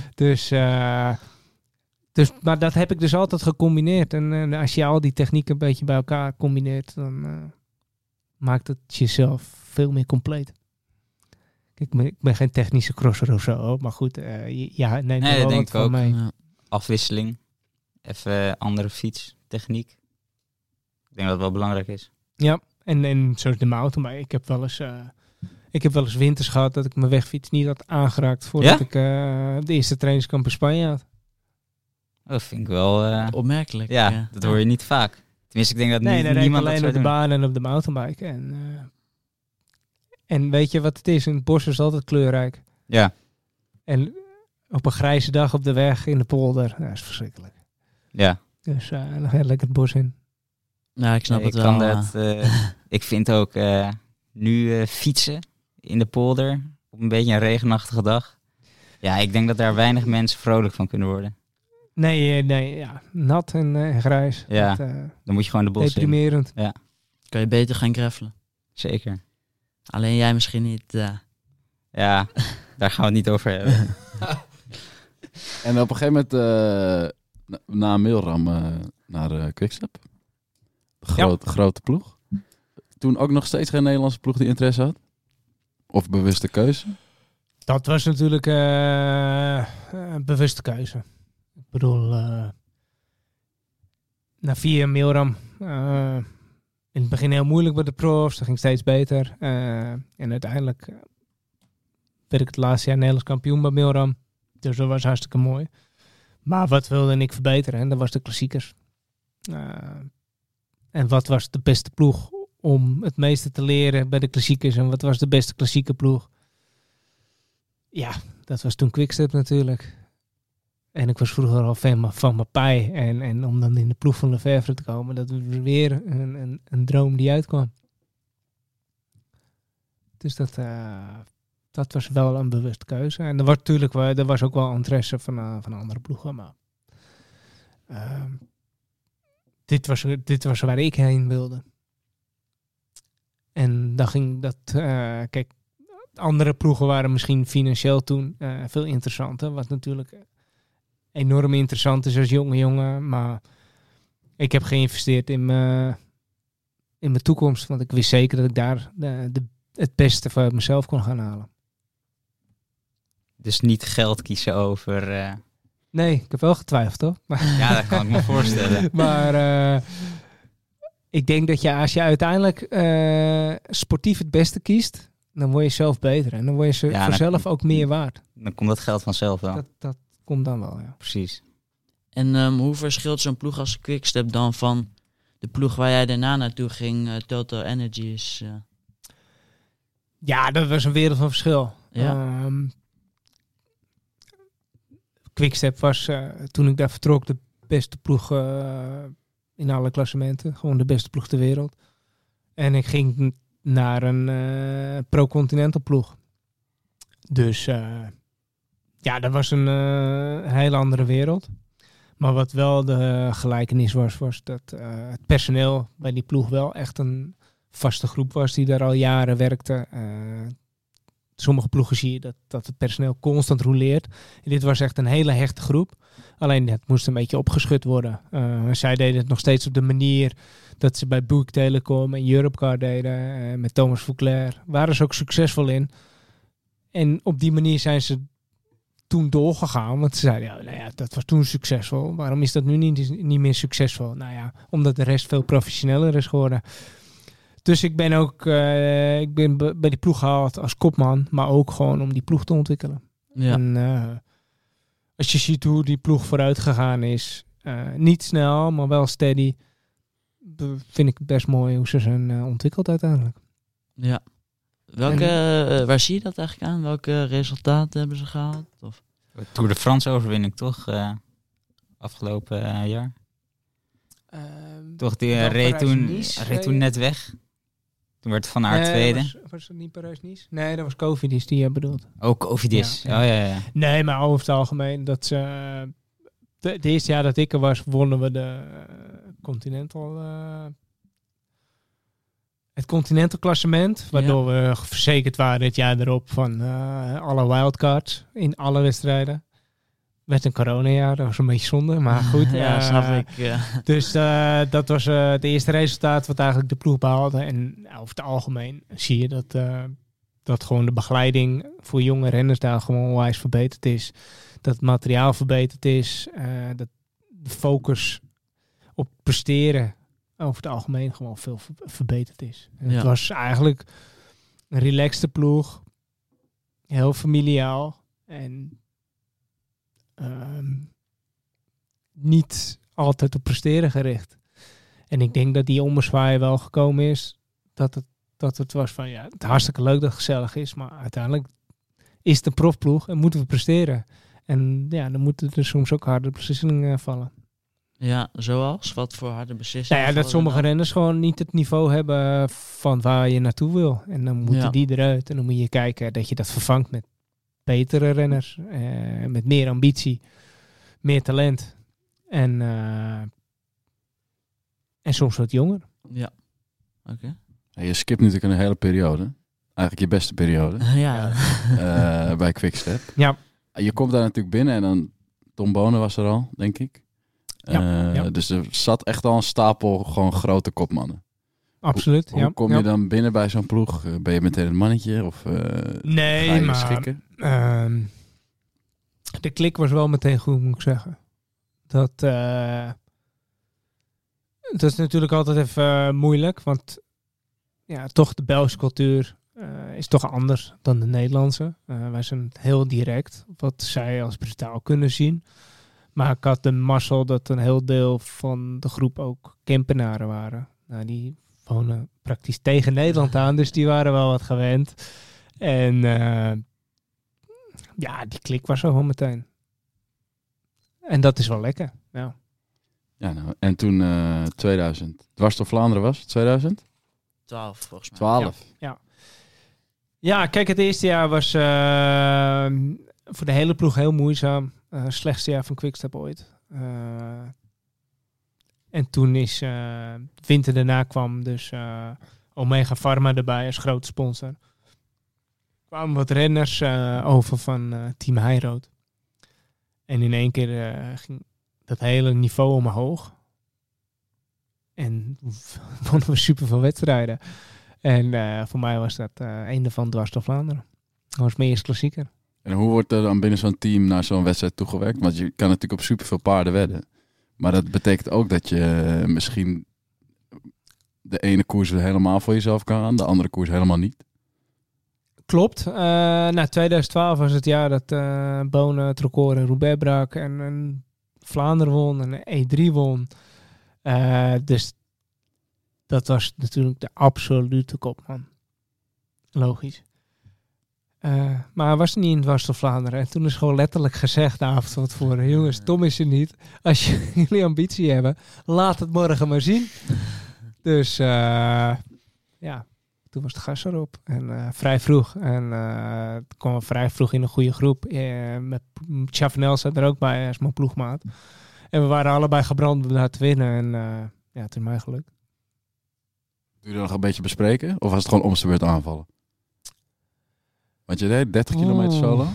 Dus, maar dat heb ik dus altijd gecombineerd. En als je al die technieken een beetje bij elkaar combineert, dan maakt het jezelf veel meer compleet. Kijk, ik ben geen technische crosser of zo, maar goed, neemt Nee, er dat wel denk wat ik van ook. mee. Ja. Afwisseling. Even andere fietstechniek. Ik denk dat het wel belangrijk is. Ja, en zoals de mountainbike. Ik heb wel eens winters gehad dat ik mijn wegfiets niet had aangeraakt voordat ik de eerste trainingskamp in Spanje had. Dat vind ik wel... Opmerkelijk. ja, dat hoor je niet vaak. Tenminste, ik denk dat Nee, dan rijd ik niemand dat alleen zou op de doen. baan en op de mountainbike. En weet je wat het is? In het bos is het altijd kleurrijk. Ja, En op een grijze dag op de weg in de polder, dat is verschrikkelijk. ja. Dus dan ga je lekker het bos in. Ja, ik snap ik het wel. kan dat. Ik vind ook nu fietsen in de polder op een beetje een regenachtige dag. Ja, ik denk dat daar weinig mensen vrolijk van kunnen worden. Nee, ja, nat en grijs. Ja. Dat, Dan moet je gewoon de bos in. deprimerend. Kan je beter gaan gravelen. Zeker. Alleen jij misschien niet. Ja, daar gaan we het niet over hebben. En op een gegeven moment, na een mailram naar Quickstep. Grote ploeg. Toen ook nog steeds geen Nederlandse ploeg die interesse had? Of bewuste keuze? Dat was natuurlijk een bewuste keuze. Ik bedoel, na 4 jaar Milram, in het begin heel moeilijk bij de profs, dat ging steeds beter. En uiteindelijk werd ik het laatste jaar Nederlands kampioen bij Milram. Dus dat was hartstikke mooi. Maar wat wilde ik verbeteren? En dat was de klassiekers. En wat was de beste ploeg om het meeste te leren bij de klassiekers? En wat was de beste klassieke ploeg? Ja, dat was toen Quickstep natuurlijk. En ik was vroeger al fan van Mapai. En om dan in de ploeg van Lefevre te komen, dat was weer een droom die uitkwam. Dus dat was wel een bewuste keuze. En er was ook wel interesse van andere ploegen. Maar dit was waar ik heen wilde. En dan ging dat... kijk, andere ploegen waren misschien financieel toen veel interessanter. Wat natuurlijk enorm interessant is als jonge jongen. Maar ik heb geïnvesteerd in mijn toekomst. Want ik wist zeker dat ik daar het beste voor mezelf kon gaan halen. Dus niet geld kiezen over... Nee, ik heb wel getwijfeld, hoor. Ja, dat kan ik me voorstellen. Maar ik denk dat als je uiteindelijk sportief het beste kiest, dan word je zelf beter. En dan word je vanzelf ook meer waard. Dan komt dat geld vanzelf wel. Dat komt dan wel, ja. Precies. En hoe verschilt zo'n ploeg als Quickstep dan van de ploeg waar jij daarna naartoe ging, Total Energies? Ja, dat was een wereld van verschil. Ja. Quickstep was, toen ik daar vertrok, de beste ploeg in alle klassementen. Gewoon de beste ploeg ter wereld. En ik ging naar een pro-continental ploeg. Dus dat was een hele andere wereld. Maar wat wel de gelijkenis was dat het personeel bij die ploeg wel echt een vaste groep was die daar al jaren werkte. Sommige ploegen zie je dat het personeel constant roleert. En dit was echt een hele hechte groep. Alleen het moest een beetje opgeschud worden. Zij deden het nog steeds op de manier dat ze bij Bouygues Telecom en Europcar deden. Met Thomas Vauclair. Waren ze ook succesvol in. En op die manier zijn ze toen doorgegaan. Want ze zeiden, dat was toen succesvol. Waarom is dat nu niet meer succesvol? Nou ja, omdat de rest veel professioneler is geworden. Dus ik ben ook bij die ploeg gehaald als kopman, maar ook gewoon om die ploeg te ontwikkelen. Ja. En als je ziet hoe die ploeg vooruit gegaan is, niet snel, maar wel steady, vind ik het best mooi hoe ze zijn ontwikkeld uiteindelijk. Ja. Waar zie je dat eigenlijk aan? Welke resultaten hebben ze gehaald? Of? Tour de France overwinning, toch? Afgelopen jaar. Toch, die reed toen net weg. Toen werd Van Aert tweede. Was het niet Parijs-Nice? Nee, dat was Cofidis die je bedoelt. Ook Cofidis. Ja. Ja. Nee, maar over het algemeen, dat ze... Het eerste jaar dat ik er was, wonnen we de Continental... het Continental klassement, waardoor we verzekerd waren het jaar erop van alle wildcards in alle wedstrijden. Werd een coronajaar, dat was een beetje zonde, maar goed. Ja, snap ik. Ja. Dus dat was het eerste resultaat wat eigenlijk de ploeg behaalde. En over het algemeen zie je dat gewoon de begeleiding voor jonge renners daar gewoon onwijs verbeterd is. Dat het materiaal verbeterd is. Dat de focus op presteren over het algemeen gewoon veel verbeterd is. En het was eigenlijk een relaxte ploeg. Heel familiaal. En niet altijd op presteren gericht. En ik denk dat die ommezwaai wel gekomen is. Dat het was van, het is hartstikke leuk dat het gezellig is. Maar uiteindelijk is het een profploeg en moeten we presteren. En dan moeten er soms ook harde beslissingen vallen. Ja, zoals? Wat voor harde beslissingen? Dat sommige renners gewoon niet het niveau hebben van waar je naartoe wil. En dan moeten die eruit. En dan moet je kijken dat je dat vervangt met betere renners. Met meer ambitie. Meer talent. En soms wat jonger. Ja, oké. Je skipt natuurlijk een hele periode. Eigenlijk je beste periode. Bij Quickstep. Ja. Je komt daar natuurlijk binnen en dan... Tom Bonen was er al, denk ik. Dus er zat echt al een stapel gewoon grote kopmannen. absoluut. Hoe kom je dan binnen bij zo'n ploeg? Ben je meteen een mannetje? Of Nee, ga je maar schikken? De klik was wel meteen goed, moet ik zeggen. Dat is natuurlijk altijd even moeilijk, want ja, toch de Belgische cultuur is toch anders dan de Nederlandse. Wij zijn heel direct, wat zij als brutaal kunnen zien. Maar ik had de mazzel dat een heel deel van de groep ook Kempenaren waren. Nou, die wonen praktisch tegen Nederland aan, dus die waren wel wat gewend. En die klik was er gewoon meteen. En dat is wel lekker, ja. Ja, nou, en toen 2000. Dwars door Vlaanderen was het 2000? 12 volgens mij. 12. Ja, kijk, het eerste jaar was voor de hele ploeg heel moeizaam. Slechtste jaar van Quickstep ooit. En toen is de winter daarna kwam dus Omega Pharma erbij als grote sponsor. Kwamen wat renners over van Team Heirood. En in één keer ging dat hele niveau omhoog. En wonnen we superveel wedstrijden. En voor mij was dat einde van Dwars door Vlaanderen. Dat was mijn eerste klassieker. En hoe wordt er dan binnen zo'n team naar zo'n wedstrijd toegewerkt? Want je kan natuurlijk op superveel paarden wedden. Maar dat betekent ook dat je misschien de ene koers helemaal voor jezelf kan gaan, de andere koers helemaal niet. Klopt. 2012 was het jaar dat Bonen het record in Roubaix brak en Vlaanderen won en E3 won. Dus dat was natuurlijk de absolute kopman. Logisch. Maar hij was niet in Dwars door Vlaanderen. En toen is gewoon letterlijk gezegd de avond van tevoren: jongens, Tom is er niet. Als jullie ambitie hebben, laat het morgen maar zien. Dus toen was de gas erop. En vrij vroeg. En toen kwam we vrij vroeg in een goede groep. Met Chavanel zat er ook bij als mijn ploegmaat. En we waren allebei gebrand om daar te winnen. En het is mij gelukt. Doe je dan nog een beetje bespreken? Of was het gewoon om zijn beurt aanvallen? Want je deed 30 kilometer solo?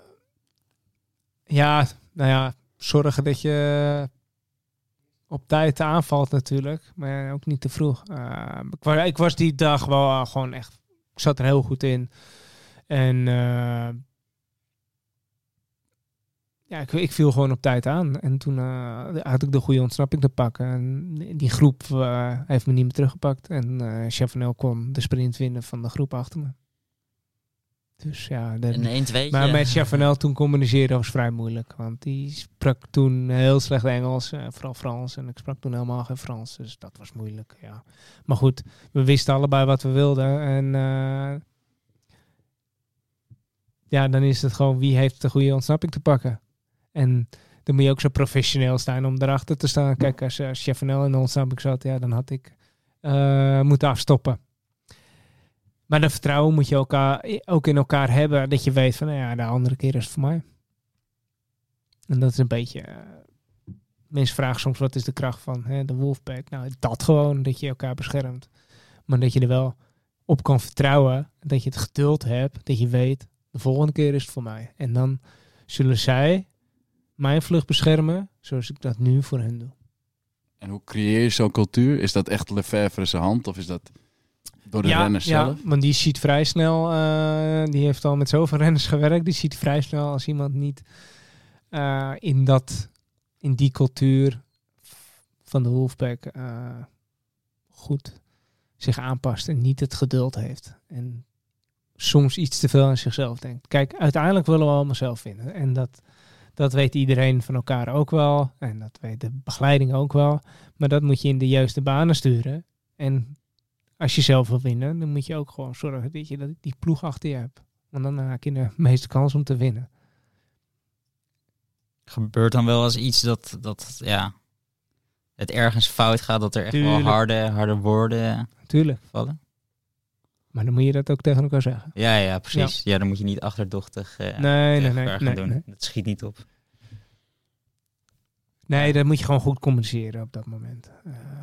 Ja, zorgen dat je op tijd aanvalt natuurlijk. Maar ook niet te vroeg. Ik was die dag wel gewoon echt... Ik zat er heel goed in. En ik viel gewoon op tijd aan. En toen had ik de goede ontsnapping te pakken. En die groep heeft me niet meer teruggepakt. En Chavanel kon de sprint winnen van de groep achter me. Dus ja, Een 1-2'tje. maar met Chavanel toen communiceren was vrij moeilijk. Want die sprak toen heel slecht Engels, vooral Frans. En ik sprak toen helemaal geen Frans, dus dat was moeilijk. Ja. Maar goed, we wisten allebei wat we wilden. En dan is het gewoon wie heeft de goede ontsnapping te pakken. En dan moet je ook zo professioneel staan om erachter te staan. Kijk, als Chavanel in de ontsnapping zat, dan had ik moeten afstoppen. Maar dat vertrouwen moet je ook in elkaar hebben. Dat je weet van, de andere keer is het voor mij. En dat is een beetje... mensen vragen soms, wat is de kracht van de Wolfpack? Nou, dat gewoon, dat je elkaar beschermt. Maar dat je er wel op kan vertrouwen. Dat je het geduld hebt. Dat je weet, de volgende keer is het voor mij. En dan zullen zij mijn vlucht beschermen. Zoals ik dat nu voor hen doe. En hoe creëer je zo'n cultuur? Is dat echt Lefevre zijn hand? Of is dat... door de renners zelf? Ja, want die ziet vrij snel... die heeft al met zoveel renners gewerkt. Die ziet vrij snel als iemand niet in die cultuur van de Wolfpack goed zich aanpast en niet het geduld heeft. En soms iets te veel aan zichzelf denkt. Kijk, uiteindelijk willen we allemaal zelf winnen. En dat weet iedereen van elkaar ook wel. En dat weet de begeleiding ook wel. Maar dat moet je in de juiste banen sturen. En als je zelf wil winnen, dan moet je ook gewoon zorgen dat je die ploeg achter je hebt. Want dan maak je de meeste kans om te winnen. Gebeurt dan wel eens iets dat het ergens fout gaat, dat er echt wel harde woorden vallen? Maar dan moet je dat ook tegen elkaar zeggen. Ja, precies. Ja, dan moet je niet achterdochtig gaan doen. Nee. Dat schiet niet op. Nee, dat moet je gewoon goed communiceren op dat moment.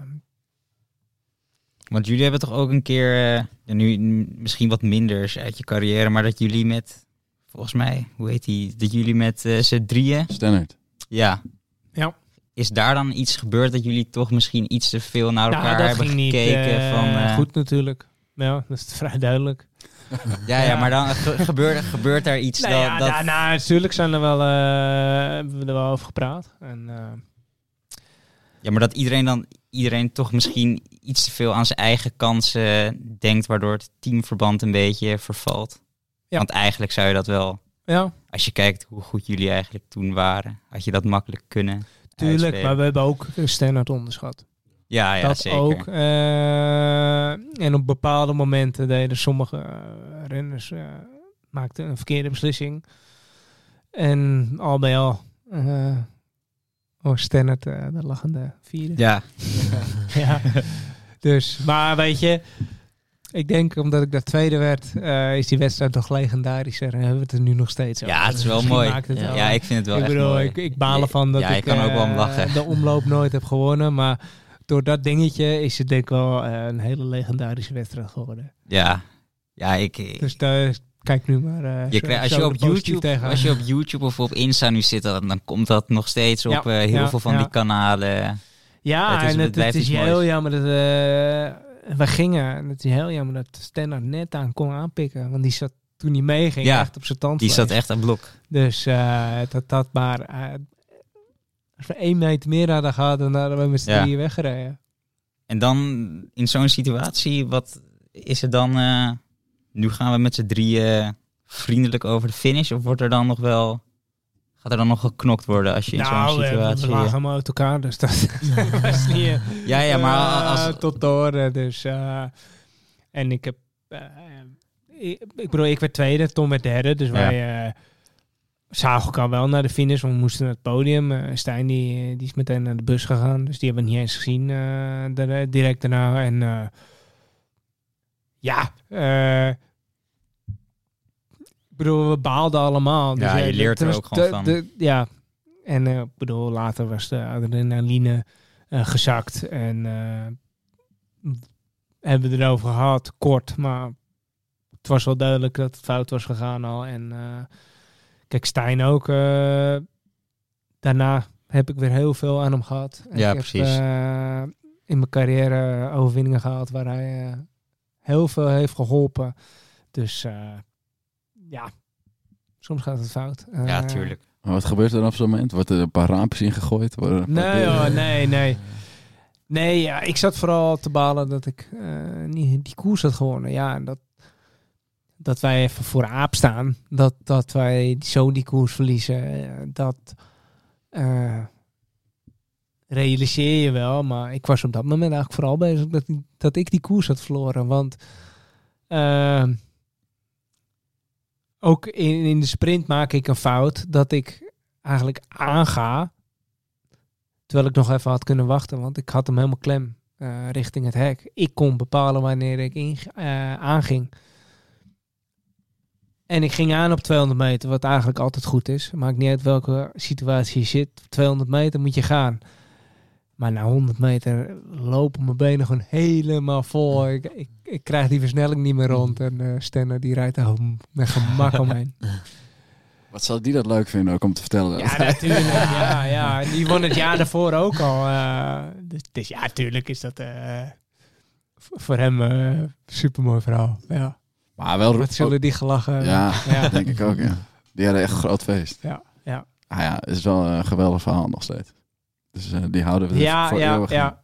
Want jullie hebben toch ook een keer, nu misschien wat minder uit je carrière, maar dat jullie met, volgens mij, hoe heet die, dat jullie met z'n drieën... Stannard. Ja. is daar dan iets gebeurd dat jullie toch misschien iets te veel naar elkaar dat hebben ging niet gekeken? goed natuurlijk. Ja, dat is vrij duidelijk. Ja, maar dan gebeurt daar iets natuurlijk zijn er wel, hebben we er wel over gepraat. En, Ja, maar dat iedereen toch misschien iets te veel aan zijn eigen kansen denkt, waardoor het teamverband een beetje vervalt. Ja. Want eigenlijk zou je dat wel, ja, als je kijkt hoe goed jullie eigenlijk toen waren, had je dat makkelijk kunnen tuurlijk. uitspelen. Maar we hebben ook Stannard onderschat. Ja, dat zeker. ook. En op bepaalde momenten deden sommige renners maakten een verkeerde beslissing. En al bij al Stannard de lachende vierde. Ja. Ja. Dus, maar weet je, ik denk omdat ik daar tweede werd, is die wedstrijd toch legendarischer. En hebben we het er nu nog steeds over. Ja, het is wel Misschien mooi. maakt het wel- Ja, ik vind het wel ik echt bedoel, mooi. ik baal ervan dat Ja, je ik kan ook wel om lachen. de omloop nooit heb gewonnen. Maar door dat dingetje is het denk ik wel een hele legendarische wedstrijd geworden. Ja, ik... Dus daar kijk nu maar. als je op YouTube of op Insta nu zit, dan komt dat nog steeds op heel veel van die kanalen. Ja, het is heel jammer dat we gingen. En het is heel jammer dat Stannard net aan kon aanpikken. Want die zat toen hij meeging echt op zijn tandvlees. Die zat echt aan blok. Dus dat maar... als we 1 meter meer hadden gehad, dan hadden we met z'n drieën weggereden. En dan in zo'n situatie, wat is er dan... nu gaan we met z'n drieën vriendelijk over de finish? Of wordt er dan nog wel... Gaat er dan nog geknokt worden als je in zo'n situatie... we lagen maar uit elkaar, dus dat was niet... maar als... tot door, dus... en ik heb... ik bedoel, ik werd tweede, Tom werd derde, dus wij... zagen elkaar wel naar de finish, want we moesten naar het podium. Stijn die is meteen naar de bus gegaan, dus die hebben we niet eens gezien direct daarna. En ik bedoel, we baalden allemaal. Dus je leert er ook gewoon van. En ik bedoel, later was de adrenaline gezakt en hebben we het erover gehad, kort, maar het was wel duidelijk dat het fout was gegaan al. En kijk, Stijn ook. Daarna heb ik weer heel veel aan hem gehad. En ja, ik precies. heb in mijn carrière overwinningen gehad waar hij heel veel heeft geholpen. Dus soms gaat het fout. Ja, tuurlijk. Maar wat gebeurt er dan op zo'n moment? Wordt er een paar raampjes ingegooid? Nee. Nee, ja, ik zat vooral te balen dat ik niet die koers had gewonnen. Ja, en dat wij even voor aap staan. Dat wij zo die koers verliezen. Dat realiseer je wel. Maar ik was op dat moment eigenlijk vooral bezig dat ik die koers had verloren. Want ook in de sprint maak ik een fout. Dat ik eigenlijk aanga. Terwijl ik nog even had kunnen wachten. Want ik had hem helemaal klem richting het hek. Ik kon bepalen wanneer ik aanging. En ik ging aan op 200 meter, wat eigenlijk altijd goed is. Maakt niet uit welke situatie je zit. 200 meter moet je gaan. Maar na 100 meter lopen mijn benen gewoon helemaal vol. Ik krijg die versnelling niet meer rond. En Stannard die rijdt er met gemak omheen. Wat zal die dat leuk vinden ook om te vertellen? Ja, natuurlijk. Ja. Die won het jaar daarvoor ook al. Dus ja, natuurlijk is dat voor hem een supermooi verhaal. Ja. Maar wel... Wat zullen die gelachen? Ja, denk ik ook, ja. Die hadden echt een groot feest. Ja. Ah ja, het is wel een geweldig verhaal nog steeds. Dus die houden we voor eeuwig. Ja.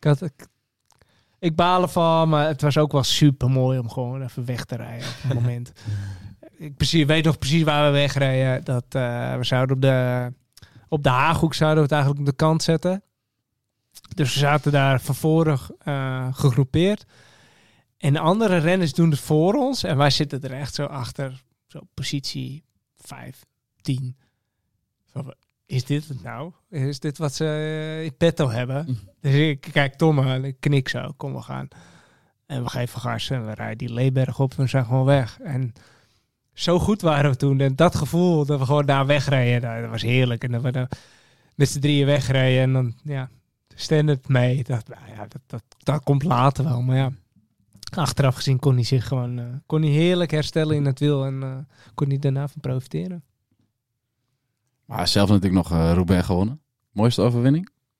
Ik baal ervan, maar het was ook wel super mooi om gewoon even weg te rijden op het moment. Ik weet nog precies waar we wegreden. Dat we zouden op de Haaghoek zouden we het eigenlijk op de kant zetten. Dus we zaten daar van voren gegroepeerd. En de andere renners doen het voor ons. En wij zitten er echt zo achter. Zo positie 5, 10. Is dit het nou? Is dit wat ze in petto hebben? Dus ik kijk Tom aan. Ik knik zo. Kom, we gaan. En we geven gas. En we rijden die Leeberg op. En we zijn gewoon weg. En zo goed waren we toen. En dat gevoel dat we gewoon daar wegreden. Dat was heerlijk. En dat we dan met z'n drieën wegreden. En dan, Stannard mee. Dat komt later wel. Maar ja. Achteraf gezien kon hij zich gewoon heerlijk herstellen in het wiel en kon hij daarna van profiteren. Maar zelf natuurlijk nog Roubaix gewonnen. Mooiste overwinning?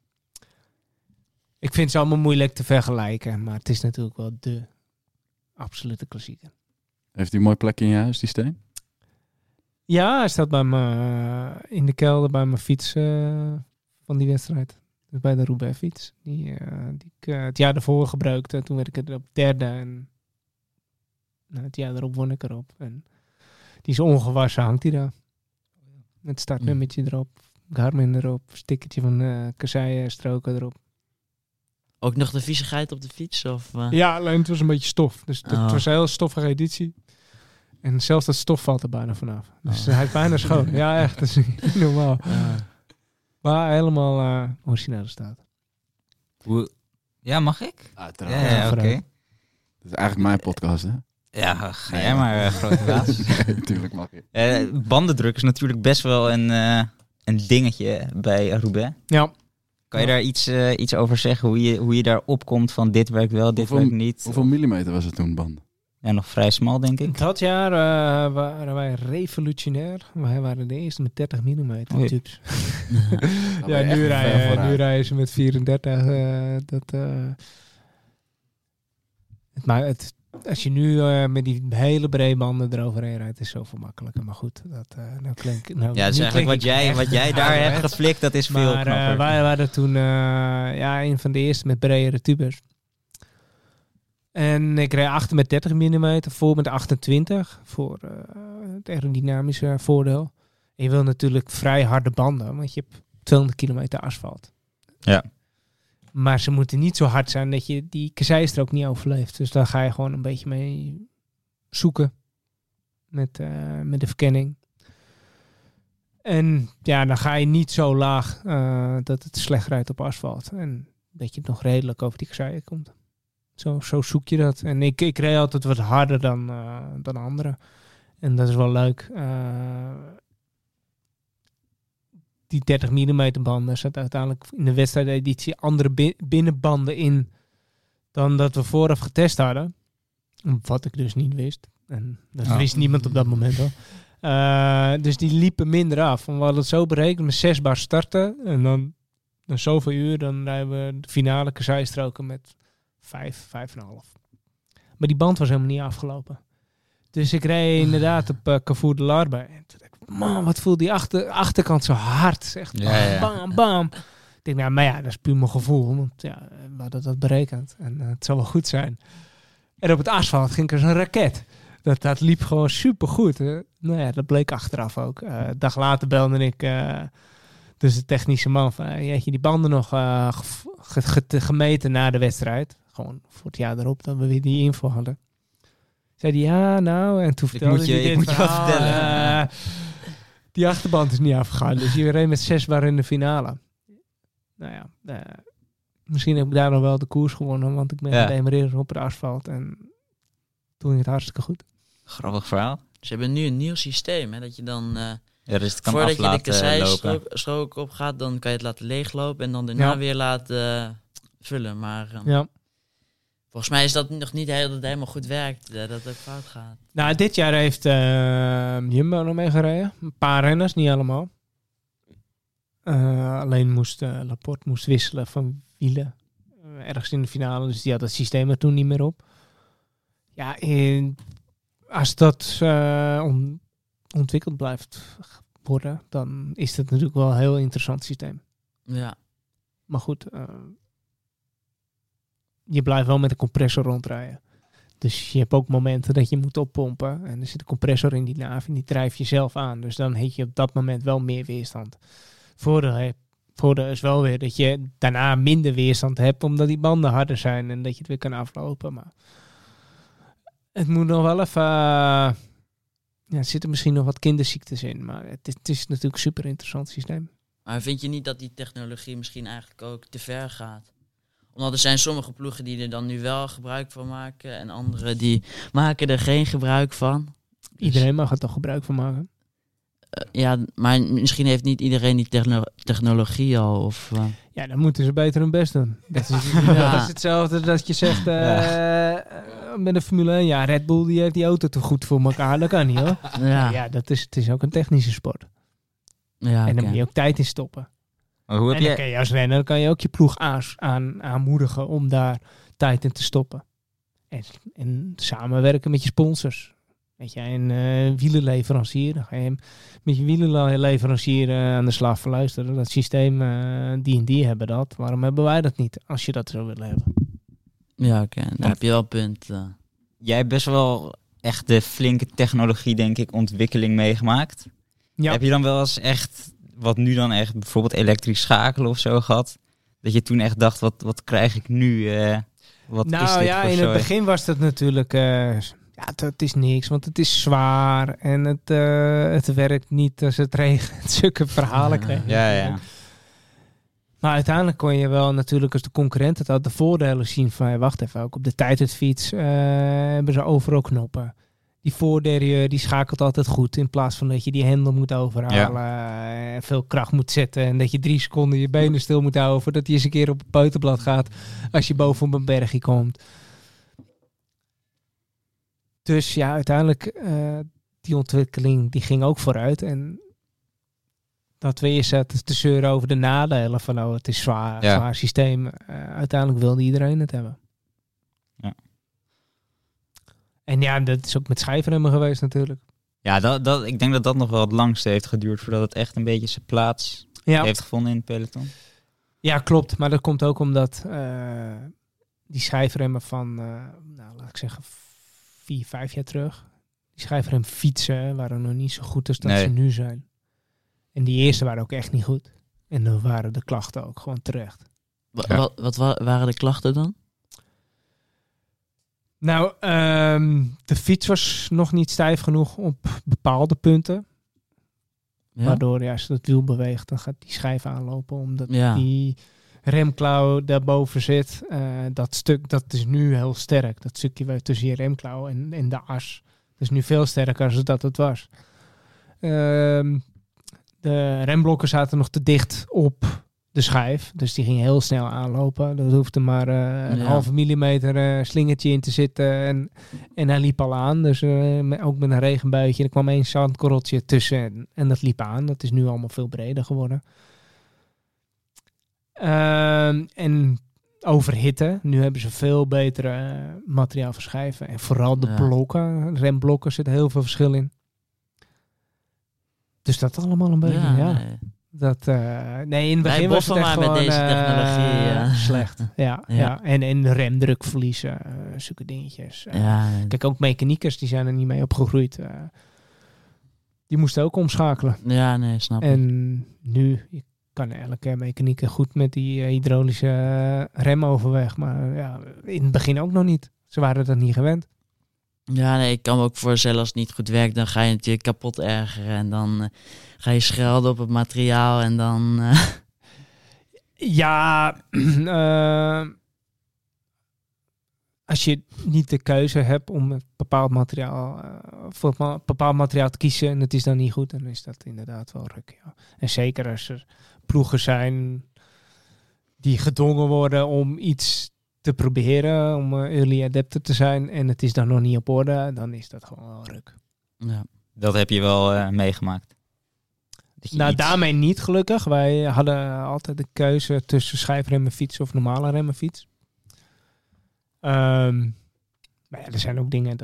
Ik vind ze allemaal moeilijk te vergelijken. Maar het is natuurlijk wel de absolute klassieker. Heeft hij een mooi plekje in je huis, die steen? Ja, hij staat bij me in de kelder bij mijn fiets van die wedstrijd. Dus bij de Roubaix fiets. Die ik het jaar daarvoor gebruikte. Toen werd ik er op derde. En het jaar daarop won ik erop. En die is ongewassen, hangt hij daar. Met startnummertje erop. Garmin erop. Stickertje van kasseien, stroken erop. Ook nog de viezigheid op de fiets? Of, Ja, alleen het was een beetje stof. Dus het was een heel stoffige editie. En zelfs dat stof valt er bijna vanaf. Dus hij is bijna schoon. Ja, echt. Dat is niet normaal. Maar helemaal originele staat. Ja, mag ik? Uiteraard. Ja, oké. Dat is eigenlijk mijn podcast, hè? Ja, ga jij maar, grote baas. Nee, natuurlijk mag je. Bandendruk is natuurlijk best wel een dingetje bij Roubaix. Ja. Kan je daar iets over zeggen? Hoe je daar opkomt van dit werkt wel, dit werkt niet? Hoeveel millimeter was het toen, band? Ja, nog vrij smal, denk ik. Dat jaar waren wij revolutionair. Wij waren de eerste met 30 mm tubes. Ja, nu rijden ze met 34. Als je nu met die hele brede banden eroverheen rijdt, is zoveel makkelijker. Maar goed, dat ja, het is eigenlijk wat jij daar hebt geflikt, dat is veel knapper. Wij waren toen een van de eerste met bredere tubers. En ik reed achter met 30 mm, voor met 28, voor het aerodynamische voordeel. En je wil natuurlijk vrij harde banden, want je hebt 200 kilometer asfalt. Ja. Maar ze moeten niet zo hard zijn dat je die kasseistrook niet overleeft. Dus daar ga je gewoon een beetje mee zoeken met de verkenning. En ja, dan ga je niet zo laag dat het slecht rijdt op asfalt. En dat je nog redelijk over die kasseien komt. Zo zoek je dat. En ik reed altijd wat harder dan anderen. En dat is wel leuk. Die 30 mm banden zat uiteindelijk in de wedstrijdeditie andere binnenbanden in dan dat we vooraf getest hadden. Wat ik dus niet wist. En dat wist niemand op dat moment al. Dus die liepen minder af. We hadden het zo berekend met 6 bar starten. En dan zoveel uur, dan rijden we de finale kasseistroken met 5,5. Maar die band was helemaal niet afgelopen. Dus ik reed inderdaad op Carrefour de Larbe. En toen dacht ik, man, wat voelt die achterkant zo hard. Echt bam, bam. Ik denk, maar ja, dat is puur mijn gevoel. Want ja, we hadden dat berekend. En het zal wel goed zijn. En op het asfalt ging ik als een raket. Dat liep gewoon supergoed. Nou ja, dat bleek achteraf ook. Een dag later belde ik dus de technische man van... Jeetje, die banden nog gemeten na de wedstrijd. Gewoon voor het jaar erop dat we weer die info hadden. Zei hij, ja, nou... En toen vertelde hij ik moet je wat vertellen. Die achterband is niet afgegaan. Dus je reed met 6 bar in de finale. Nou ja, misschien heb ik daar nog wel de koers gewonnen. Want ik ben gaan demereren op het asfalt. En toen ging het hartstikke goed. Grappig verhaal. Ze hebben nu een nieuw systeem, hè, dat je dan... dus het kan voordat je de kasseistrook op gaat, dan kan je het laten leeglopen. En dan daarna weer laten vullen. Maar volgens mij is dat nog niet dat het helemaal goed werkt. Dat het ook fout gaat. Nou, dit jaar heeft Jumbo nog mee gereden. Een paar renners, niet allemaal. Alleen Laporte moest wisselen van wielen. Ergens in de finale. Dus die had het systeem er toen niet meer op. Ja, als dat ontwikkeld blijft worden, dan is dat natuurlijk wel een heel interessant systeem. Ja. Maar goed, je blijft wel met de compressor rondrijden. Dus je hebt ook momenten dat je moet oppompen. En er zit een compressor in die naaf en die drijf je zelf aan. Dus dan heb je op dat moment wel meer weerstand. Voordeel is wel weer dat je daarna minder weerstand hebt, omdat die banden harder zijn en dat je het weer kan aflopen. Maar het moet nog wel even... er zitten misschien nog wat kinderziektes in, maar het is natuurlijk een super interessant systeem. Maar vind je niet dat die technologie misschien eigenlijk ook te ver gaat? Omdat er zijn sommige ploegen die er dan nu wel gebruik van maken en andere die maken er geen gebruik van. Iedereen mag er toch gebruik van maken? Ja, maar misschien heeft niet iedereen die technologie al. Of, Ja, dan moeten ze beter hun best doen. Dat is hetzelfde dat je zegt met de Formule 1. Ja, Red Bull die heeft die auto te goed voor elkaar. Dat kan niet hoor. Ja, het is ook een technische sport. Ja, en dan moet je ook tijd in stoppen. Maar hoe heb En dan jij... kan je als renner kan je ook je ploeg aanmoedigen om daar tijd in te stoppen. En samenwerken met je sponsors. Weet je, een wielenleverancier. Dan ga je met je wielenleverancier aan de slag van luisteren. Dat systeem, die en die hebben dat. Waarom hebben wij dat niet? Als je dat zou willen hebben. Ja, oké. Daar heb je wel een punt. Jij hebt best wel echt de flinke technologie, denk ik, ontwikkeling meegemaakt. Ja. Heb je dan wel eens echt, wat nu dan echt, bijvoorbeeld elektrisch schakelen of zo gehad? Dat je toen echt dacht, wat krijg ik nu? Wat is Nou dit ja, voor in zooi? het begin was dat natuurlijk... het is niks, want het is zwaar. En het werkt niet als het regent. Zulke verhalen kreeg je Ja, natuurlijk. ja. Maar uiteindelijk kon je wel natuurlijk als de concurrent het had de voordelen zien van... Hey, wacht even, ook op de tijdritfiets hebben ze overal knoppen. Die voordeur die schakelt altijd goed. In plaats van dat je die hendel moet overhalen. Veel kracht moet zetten. En dat je 3 seconden je benen stil moet houden. Voordat hij eens een keer op het buitenblad gaat. Als je boven op een bergje komt. Dus ja, uiteindelijk die ontwikkeling die ging ook vooruit. En dat we eerst zaten te zeuren over de nadelen. Van het is zwaar systeem. Uiteindelijk wilde iedereen het hebben. Ja. En ja, dat is ook met schijfremmen geweest natuurlijk. Ja, ik denk dat dat nog wel het langste heeft geduurd voordat het echt een beetje zijn plaats heeft gevonden in het peloton. Ja, klopt. Maar dat komt ook omdat die schijfremmen van, laat ik zeggen, 4-5 jaar terug. Die schijfremfietsen waren nog niet zo goed als dat ze nu zijn. En die eerste waren ook echt niet goed. En dan waren de klachten ook gewoon terecht. Wat waren de klachten dan? Nou, de fiets was nog niet stijf genoeg op bepaalde punten. Ja? Waardoor als het wiel beweegt, dan gaat die schijf aanlopen. Omdat Ja. die remklauw daarboven zit. Dat stuk, dat is nu heel sterk. Dat stukje tussen je remklauw en de as. Dat is nu veel sterker als dat het was. De remblokken zaten nog te dicht op de schijf. Dus die ging heel snel aanlopen. Dat hoefde maar een halve millimeter slingertje in te zitten. En hij liep al aan. Dus ook met een regenbuitje. Er kwam 1 zandkorreltje tussen. En dat liep aan. Dat is nu allemaal veel breder geworden. En overhitten. Nu hebben ze veel betere materiaal voor schijven. En vooral de blokken. Remblokken zit heel veel verschil in. Dus dat allemaal een beetje, Nee. Dat, in het begin was het echt maar gewoon met deze technologie. slecht. Ja. En de remdruk verliezen, zulke dingetjes. Kijk, ook mechaniekers, die zijn er niet mee opgegroeid. Die moesten ook omschakelen. Ja, nee, snap ik. En nu kan elke mechanieker goed met die hydraulische rem overweg. Maar ja, in het begin ook nog niet. Ze waren dat niet gewend. Ja, nee, ik kan me ook voorstellen als het niet goed werkt, dan ga je natuurlijk kapot ergeren. En dan ga je schelden op het materiaal en dan... Ja, als je niet de keuze hebt om een bepaald materiaal, voor een bepaald materiaal te kiezen en het is dan niet goed, dan is dat inderdaad wel ruk. Ja. En zeker als er ploegen zijn die gedwongen worden om iets te proberen, om early adapter te zijn en het is dan nog niet op orde, dan is dat gewoon wel ruk. Ja. Dat heb je wel meegemaakt. Daarmee niet gelukkig. Wij hadden altijd de keuze tussen schijfremmenfiets of normale remmenfiets. Maar ja, er zijn ook dingen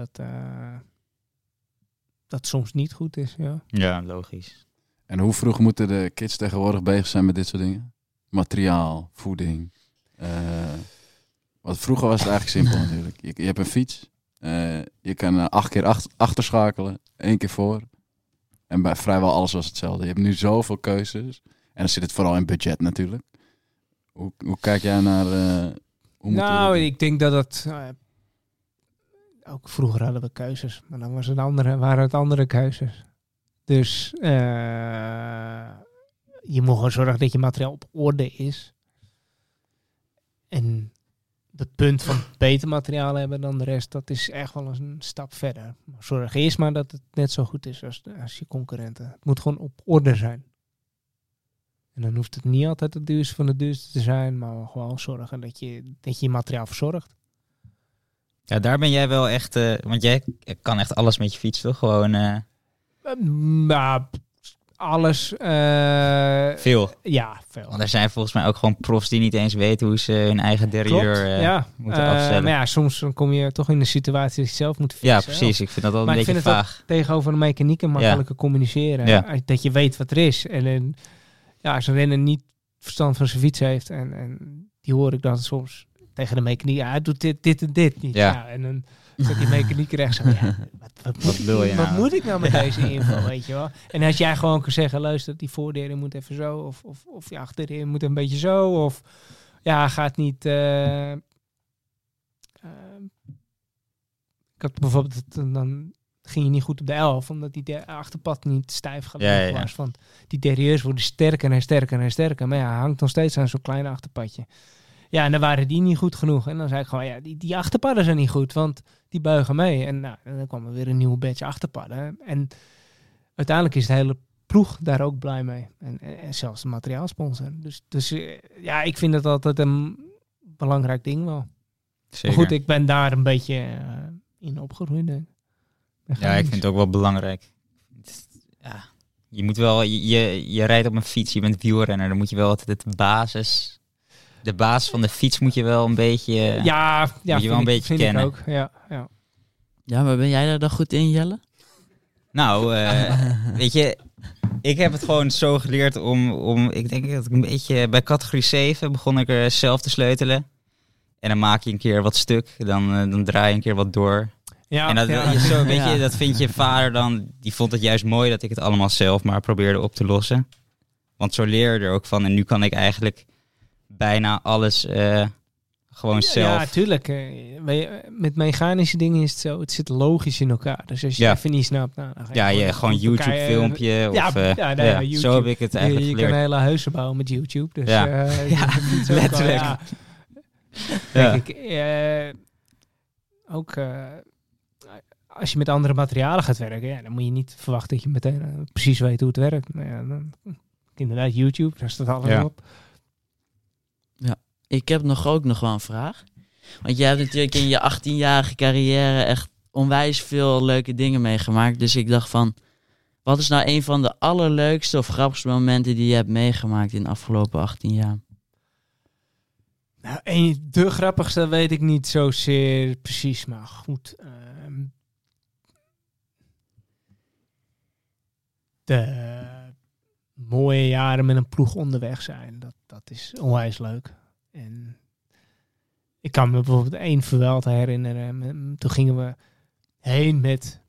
dat soms niet goed is. Ja, logisch. En hoe vroeg moeten de kids tegenwoordig bezig zijn met dit soort dingen? Materiaal, voeding. Want vroeger was het eigenlijk simpel natuurlijk. Je hebt een fiets. Je kan 8 keer achterschakelen. 1 keer voor. En bij vrijwel alles was hetzelfde. Je hebt nu zoveel keuzes. En dan zit het vooral in budget natuurlijk. Hoe kijk jij naar... ik denk dat het... ook vroeger hadden we keuzes. Maar dan waren het andere keuzes. Dus je moet gewoon zorgen dat je materiaal op orde is. En het punt van beter materiaal hebben dan de rest, dat is echt wel een stap verder. Maar zorg eerst maar dat het net zo goed is als je concurrenten. Het moet gewoon op orde zijn. En dan hoeft het niet altijd het duurste van het duurste te zijn, maar gewoon zorgen dat je materiaal verzorgt. Ja, daar ben jij wel echt... want jij kan echt alles met je fiets, toch? Gewoon... alles. Veel. Ja, veel. Want er zijn volgens mij ook gewoon profs die niet eens weten hoe ze hun eigen derieur moeten afstellen. Maar ja, soms dan kom je toch in een situatie dat je zelf moet fixen. Ja, precies. Ik vind dat wel Maar een ik beetje vind het vaag. ook tegenover een mechanieker makkelijker communiceren. Ja. Dat je weet wat er is. En als een renner niet verstand van zijn fiets heeft. En die hoor ik dan soms tegen de mechanieker. Hij doet dit en dit niet. Ja. En dan zit die mechanieker echt zo. Ja, wat moet ik nou met deze info, weet je wel? En als jij gewoon kan zeggen, luister, die voordelen moet even zo. Of die achterin moet een beetje zo. Of ja, gaat niet... ik had bijvoorbeeld... Dan ging je niet goed op de 11, omdat die achterpad niet stijf genoeg was. Want die derieurs worden sterker en sterker en sterker. Maar ja, hij hangt nog steeds aan zo'n klein achterpadje. Ja, en dan waren die niet goed genoeg. En dan zei ik gewoon, ja, die achterpadden zijn niet goed, want die buigen mee. En nou, dan kwam er weer een nieuwe batch achterpadden. En uiteindelijk is de hele ploeg daar ook blij mee. En zelfs de materiaalsponsor. Dus ja, ik vind dat altijd een belangrijk ding wel. Zeker. Maar goed, ik ben daar een beetje in opgegroeid, denk ik. Ja, ik vind het ook wel belangrijk. Ja, je moet wel, je rijdt op een fiets, je bent wielrenner, dan moet je wel altijd de basis van de fiets moet je wel een beetje, moet je wel een beetje kennen. Ik ook. Ja. Ja, maar ben jij daar dan goed in, Jelle? Nou, weet je, ik heb het gewoon zo geleerd om ik denk dat ik een beetje, bij categorie 7 begon ik er zelf te sleutelen. En dan maak je een keer wat stuk, dan draai je een keer wat door. Ja, en dat, zo, weet je, dat vind je vader dan, die vond het juist mooi dat ik het allemaal zelf maar probeerde op te lossen. Want zo leer je er ook van. En nu kan ik eigenlijk bijna alles gewoon zelf. Ja, tuurlijk. Met mechanische dingen is het zo, het zit logisch in elkaar. Dus als je even niet snapt, nou, dan ga je gewoon YouTube-filmpje. YouTube. Zo heb ik het eigenlijk je geleerd. kan hele huizen bouwen met YouTube. Dus letterlijk. Denk ik, ook als je met andere materialen gaat werken, dan moet je niet verwachten dat je meteen precies weet hoe het werkt. Nou ja, dan, inderdaad, YouTube, daar staat alles op. Ja, ik heb ook nog wel een vraag. Want jij hebt natuurlijk in je 18-jarige carrière echt onwijs veel leuke dingen meegemaakt. Dus ik dacht van, wat is nou een van de allerleukste of grappigste momenten die je hebt meegemaakt in de afgelopen 18 jaar? Nou, de grappigste weet ik niet zozeer precies, maar goed. De mooie jaren met een ploeg onderweg zijn, dat is onwijs leuk. En ik kan me bijvoorbeeld 1 Vuelta herinneren. Toen gingen we heen met...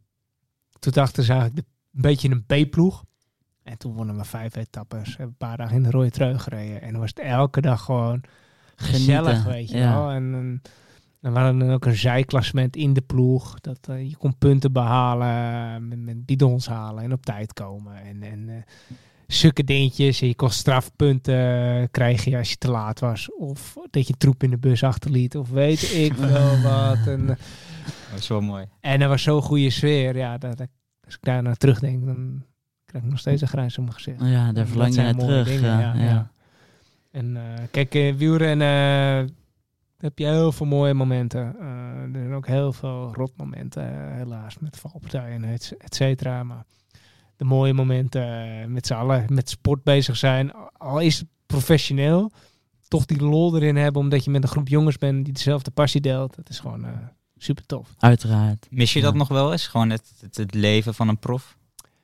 Toen dachten ze eigenlijk een beetje een B-ploeg. En toen wonnen we 5 etappes. Hebben een paar dagen in de rode trui gereden. En dan was het elke dag gewoon gezellig, weet je wel. En dan waren er ook een zijklassement in de ploeg. Dat je kon punten behalen, met bidons halen en op tijd komen. En zulke dingetjes. Je kon strafpunten krijgen als je te laat was. Of dat je troep in de bus achterliet. Of weet ik wel wat. En, dat is wel mooi. En er was zo'n goede sfeer. Ja, als ik daar naar terugdenk, dan krijg ik nog steeds een grijns op mijn gezicht. Ja, daar verlang je naar terug. Dingen, ja. En kijk, wielrennen heb je heel veel mooie momenten. Er zijn ook heel veel rotmomenten, helaas, met valpartijen, et cetera. Maar de mooie momenten met z'n allen met sport bezig zijn, al is het professioneel, toch die lol erin hebben, omdat je met een groep jongens bent die dezelfde passie deelt. Dat is gewoon super tof. Uiteraard. Mis je dat nog wel eens? Gewoon het leven van een prof?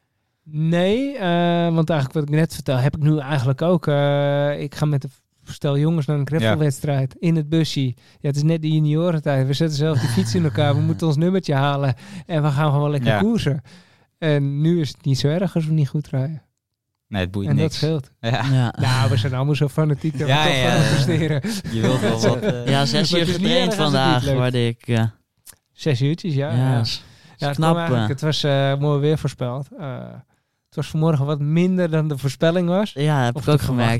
Nee, want eigenlijk wat ik net vertel, heb ik nu eigenlijk ook. Ik ga met een stel jongens naar een gravelwedstrijd in het busje. Ja, het is net de juniorentijd. We zetten zelf die fiets in elkaar. We moeten ons nummertje halen en we gaan gewoon lekker koersen. En nu is het niet zo erg als we niet goed rijden. Nee, het boeit en niks. Dat scheelt. Ja. Nou, we zijn allemaal zo fanatiek dat we toch gaan presteren. Je wilt wel wat... 6 uur getraind vandaag, hoorde ik. 6 uurtjes, ja. Ja, knap. Het was mooi weer voorspeld. Het was vanmorgen wat minder dan de voorspelling was. Ja, heb ik ook gemerkt.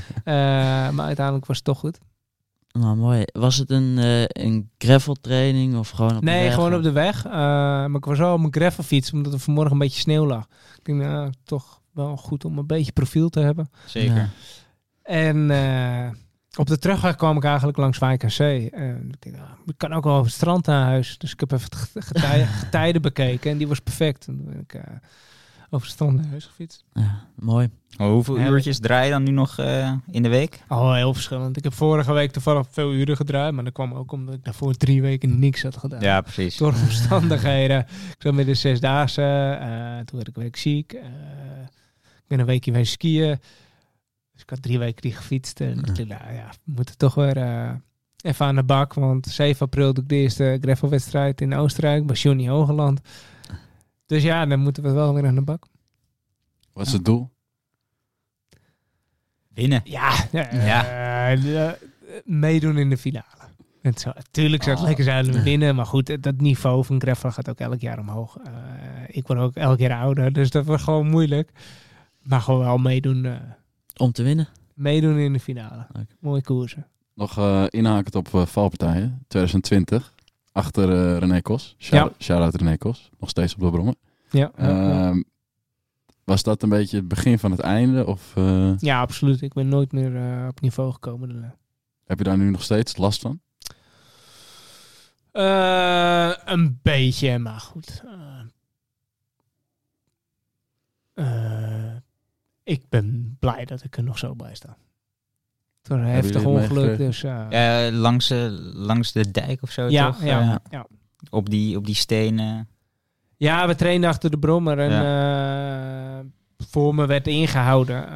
Maar uiteindelijk was het toch goed. Nou, mooi. Was het een graveltraining of gewoon op de weg? Nee, gewoon op de weg. Maar ik was al op mijn gravelfiets, omdat er vanmorgen een beetje sneeuw lag. Ik denk, toch wel goed om een beetje profiel te hebben. Zeker. Ja. En op de terugweg kwam ik eigenlijk langs Wijk aan Zee. Ik denk, ik kan ook wel op het strand naar huis. Dus ik heb even het getijden bekeken en die was perfect. En toen ben ik over Standhuis gefietst. Ja, mooi. Oh, hoeveel Ja, uurtjes draai je dan nu nog in de week? Al heel verschillend. Ik heb vorige week toevallig veel uren gedraaid, maar dat kwam ook omdat ik daarvoor 3 weken niks had gedaan. Ja, precies. Door omstandigheden. Ik zat met de 6-daagse, toen werd ik een week ziek. Ik ben een weekje wezen skiën. Dus ik had 3 weken niet gefietst. En ik dacht, nou ja, we moeten toch weer even aan de bak. Want 7 april doe ik de eerste gravelwedstrijd in Oostenrijk bij Johnny Hogeland. Dus ja, dan moeten we wel weer aan de bak. Wat is het doel? Winnen. Meedoen in de finale. Tuurlijk zou het lekker zijn om te winnen. Maar goed, dat niveau van gravel gaat ook elk jaar omhoog. Ik word ook elk jaar ouder. Dus dat wordt gewoon moeilijk. Maar gewoon wel meedoen. Om te winnen. Meedoen in de finale. Oké. Mooie koersen. Nog inhakend op valpartijen. 2020. Achter René Kos. Shout-out René Kos. Nog steeds op de brommen. Ja, Was dat een beetje het begin van het einde? Of ja, absoluut. Ik ben nooit meer op niveau gekomen daarna. heb je daar nu nog steeds last van? Een beetje, maar goed. Ik ben blij dat ik er nog zo bij sta. Door een heftig jullie het ongeluk, meegekregen? dus... Langs de dijk of zo, ja, toch? ja. Op die stenen. Ja, we trainden achter de brommer en voor me werd ingehouden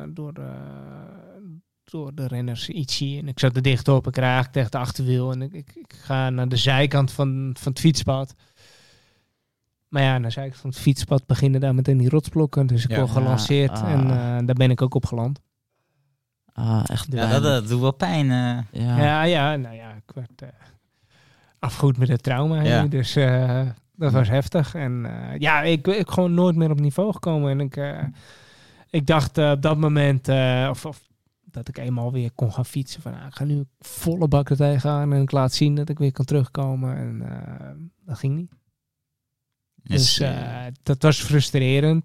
door de renners ietsje. En ik zat er dicht op, ik raak tegen het achterwiel en ik ga naar de zijkant van het fietspad. Maar ja, aan de zijkant van het fietspad beginnen daar meteen die rotsblokken. Dus ik word gelanceerd en daar ben ik ook op geland. Echt Ja, pijnlijk. dat doet wel pijn. Ja, ik werd afgegoed met het trauma. Ja. Dus dat was heftig. En ik gewoon nooit meer op niveau gekomen. En ik dacht op dat moment, of dat ik eenmaal weer kon gaan fietsen. Van, ik ga nu volle bak er tegenaan en ik laat zien dat ik weer kan terugkomen. En dat ging niet. Dus dat was frustrerend.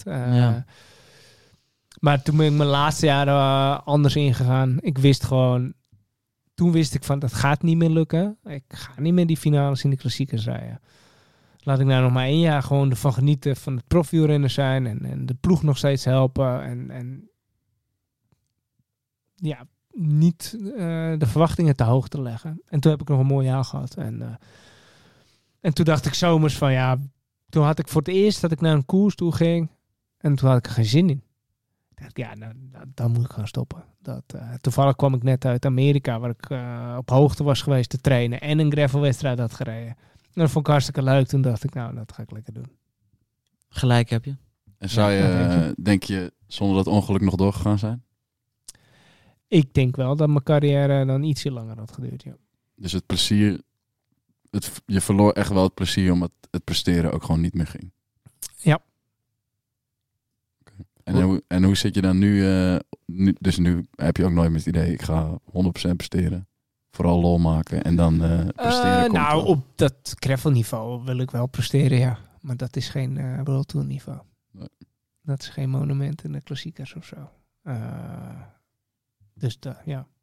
Maar toen ben ik mijn laatste jaren anders ingegaan. Toen wist ik van, dat gaat niet meer lukken. Ik ga niet meer die finales in de klassiekers rijden. Laat ik nou nog maar 1 jaar gewoon ervan genieten van het profielrenner zijn. En de ploeg nog steeds helpen. En niet de verwachtingen te hoog te leggen. En toen heb ik nog een mooi jaar gehad. En toen dacht ik zomers van, toen had ik voor het eerst dat ik naar een koers toe ging. En toen had ik er geen zin in. Ik dacht, dan moet ik gaan stoppen. Toevallig kwam ik net uit Amerika, waar ik op hoogte was geweest te trainen. En een gravelwedstrijd had gereden. En dat vond ik hartstikke leuk. Toen dacht ik, dat ga ik lekker doen. Gelijk heb je. En zou je, denk je, zonder dat ongeluk nog doorgegaan zijn? Ik denk wel dat mijn carrière dan ietsje langer had geduurd, ja. Dus het plezier, je verloor echt wel het plezier omdat het presteren ook gewoon niet meer ging. Ja. Okay. En hoe zit je dan nu, dus nu heb je ook nooit meer het idee, ik ga 100% presteren. Vooral lol maken en dan presteren komt wel. Op dat gravelniveau wil ik wel presteren, ja. Maar dat is geen World Tour niveau. Nee. Dat is geen monument in de klassiekers of zo. Dus dat.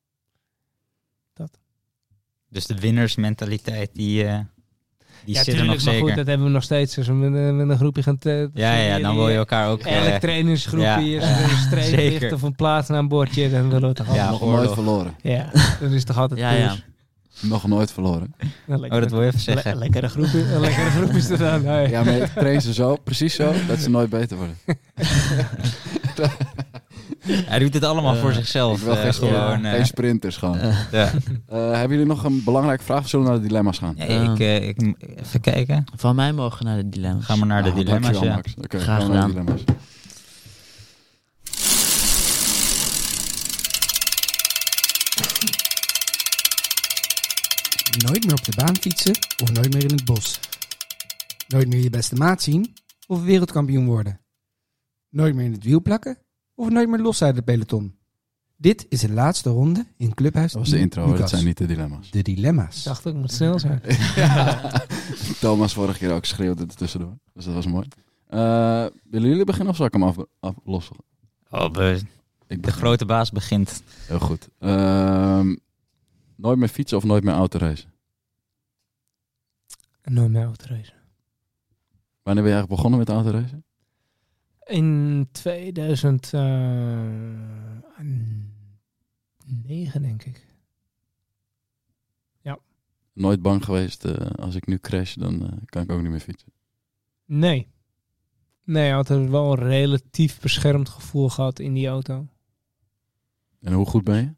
Dus de winnersmentaliteit, die zit er nog maar zeker. goed, dat hebben we nog steeds. Als we met een groepje gaan... Dan wil je elkaar ook... elk trainingsgroepje is een streeplicht zeker. of een plaats naar een bordje. Dan willen we toch altijd... Nog nooit verloren. Ja, dat is toch altijd koers. Nog nooit verloren. dat wil je even zeggen. Lekkere groepjes te dan. Nee. Ja, maar ik train ze zo, precies zo, dat ze nooit beter worden. Hij doet het allemaal voor zichzelf. Ik wil geen sprinters gewoon. Hebben jullie nog een belangrijke vraag? Of zullen we naar de dilemma's gaan? Ik even kijken. Van mij mogen naar de dilemma's. Gaan we naar de dilemma's, dankjewel, Max. Oké, graag gaan we naar de gedaan. dilemma's. Nooit meer op de baan fietsen of nooit meer in het bos. Nooit meer je beste maat zien of wereldkampioen worden. Nooit meer in het wiel plakken of nooit meer los uit het peloton. Dit is de laatste ronde in Clubhuis. Dat was de intro, hoor. Lucas. Dat zijn niet de dilemma's. De dilemma's. Ik dacht ook, het moet snel zijn. Thomas vorige keer ook schreeuwde er tussendoor. Dus dat was mooi. Willen jullie beginnen of zal ik hem aflossen? De grote baas begint. Heel goed. Nooit meer fietsen of nooit meer autoracen? Nooit meer autoracen. Wanneer ben je eigenlijk begonnen met autoracen? In 2009, denk ik. Nooit bang geweest, als ik nu crash, dan kan ik ook niet meer fietsen. Nee. Nee, altijd wel een relatief beschermd gevoel gehad in die auto. En hoe goed ben je?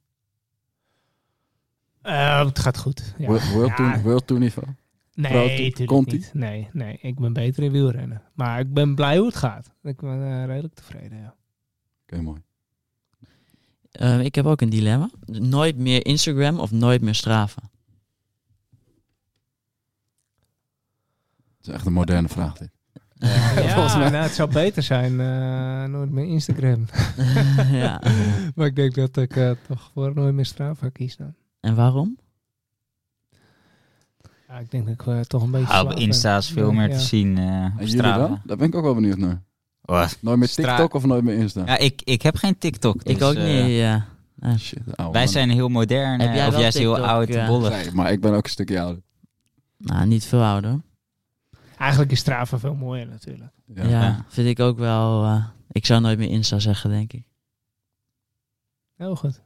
Het gaat goed. Ja. World Tour niveau? Nee, natuurlijk Conti? niet. Nee, ik ben beter in wielrennen. Maar ik ben blij hoe het gaat. Ik ben redelijk tevreden, ja. Oké, mooi. Ik heb ook een dilemma. Nooit meer Instagram of nooit meer Strava? Dat is echt een moderne vraag dit. Ja, nou, het zou beter zijn. Nooit meer Instagram. Ja. Maar ik denk dat ik toch voor nooit meer Strava kies dan. En waarom? Ja, ik denk dat ik toch een beetje Op slaap ben. Insta is veel meer Ja. te zien. En Op jullie Strava. dan? Daar ben ik ook wel benieuwd naar. Oh, Nooit meer TikTok of nooit meer Insta? Ja, ik heb geen TikTok. Ik dus, ook niet, ja. Shit, ouwe Wij man. zijn heel modern. Heb jij of wel jij is heel TikTok, oud, ja? bollig. Nee, maar ik ben ook een stukje ouder. Nou, niet veel ouder. Eigenlijk is Strava veel mooier natuurlijk. Ja. Ja, vind ik ook wel... ik zou nooit meer Insta zeggen, denk ik. Heel goed.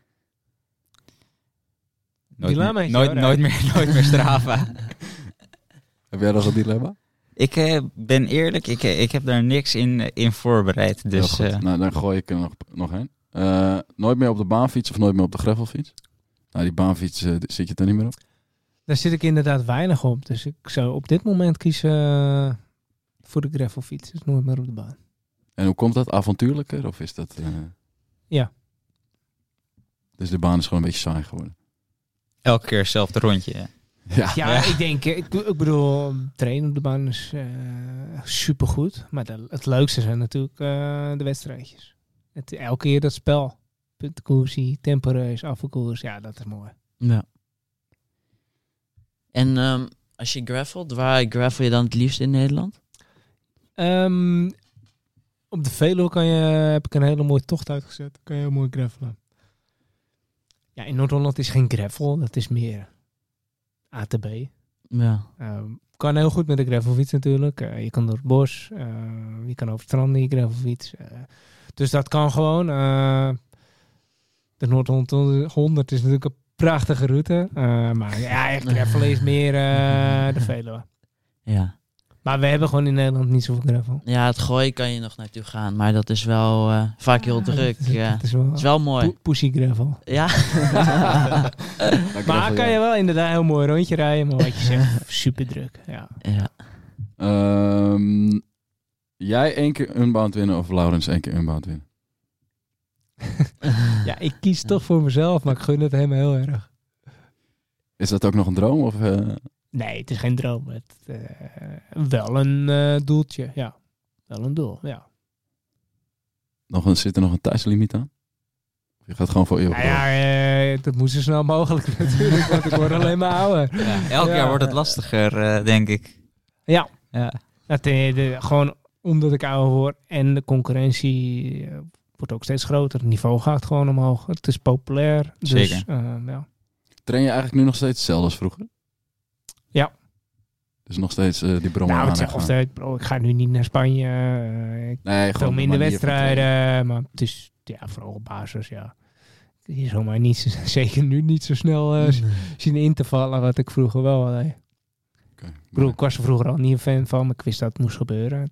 Nooit Dilemmaatje, nooit meer Strava. Heb jij nog een dilemma? Ik ben eerlijk, ik heb daar niks in voorbereid. Dus Heel goed. Nou, dan gooi ik er nog een. Nooit meer op de baanfiets of nooit meer op de gravelfiets? Nou, die baanfiets zit je er niet meer op. Daar zit ik inderdaad weinig op. Dus ik zou op dit moment kiezen voor de gravelfiets. Dus nooit meer op de baan. En hoe komt dat? Avontuurlijker? Of is dat... Ja. Dus de baan is gewoon een beetje saai geworden. elke keer hetzelfde rondje. Ja, ik denk, ik bedoel, trainen op de baan is supergoed. Maar het leukste zijn natuurlijk de wedstrijdjes. Elke keer dat spel. Puntenkoersie, temporace, afvalkoers. Ja, dat is mooi. Ja. En als je gravelt, waar gravel je dan het liefst in Nederland? Op de Veluwe heb ik een hele mooie tocht uitgezet. Kan je heel mooi gravelen. Ja, in Noord-Holland is geen gravel. Dat is meer ATB. Ja. Kan heel goed met de gravelfiets natuurlijk. Je kan door het bos. Je kan over het strand in je gravelfiets. Dus dat kan gewoon. De Noord-Holland 100 is natuurlijk een prachtige route. Maar ja, echt gravelen is meer de Veluwe. Ja. Maar we hebben gewoon in Nederland niet zoveel gravel. Ja, het Gooi kan je nog naartoe gaan, maar dat is wel vaak heel druk. Het is wel mooi. Pussy gravel. Ja. Maar kan je wel inderdaad een heel mooi rondje rijden. Maar wat je zegt, super druk. Ja. Ja. Jij 1 keer Unbound winnen of Laurens 1 keer Unbound winnen? Ja, ik kies toch voor mezelf, maar ik gun het hem heel erg. Is dat ook nog een droom? Of, Nee, het is geen droom. Wel een doeltje, ja. Wel een doel, ja. Zit er nog een tijdslimiet aan? Of je gaat gewoon voor eeuwig Nou ja, dat moet zo snel mogelijk natuurlijk, want ik word alleen maar ouder. Ja, elk jaar wordt het lastiger, denk ik. Ja. Ja. Gewoon omdat ik ouder word en de concurrentie wordt ook steeds groter. Het niveau gaat gewoon omhoog. Het is populair. Dus, Zeker. Ja. Train je eigenlijk nu nog steeds hetzelfde als vroeger? Ja. Dus nog steeds die brommer Nou, aan. ik ga nu niet naar Spanje. Nee, Veel minder wedstrijden. Maar het is vooral op basis, ja. Je zal mij niet, zeker nu niet zo snel zien in te vallen wat ik vroeger wel deed. Okay. Ik bedoel, ik was er vroeger al niet een fan van, maar ik wist dat het moest gebeuren.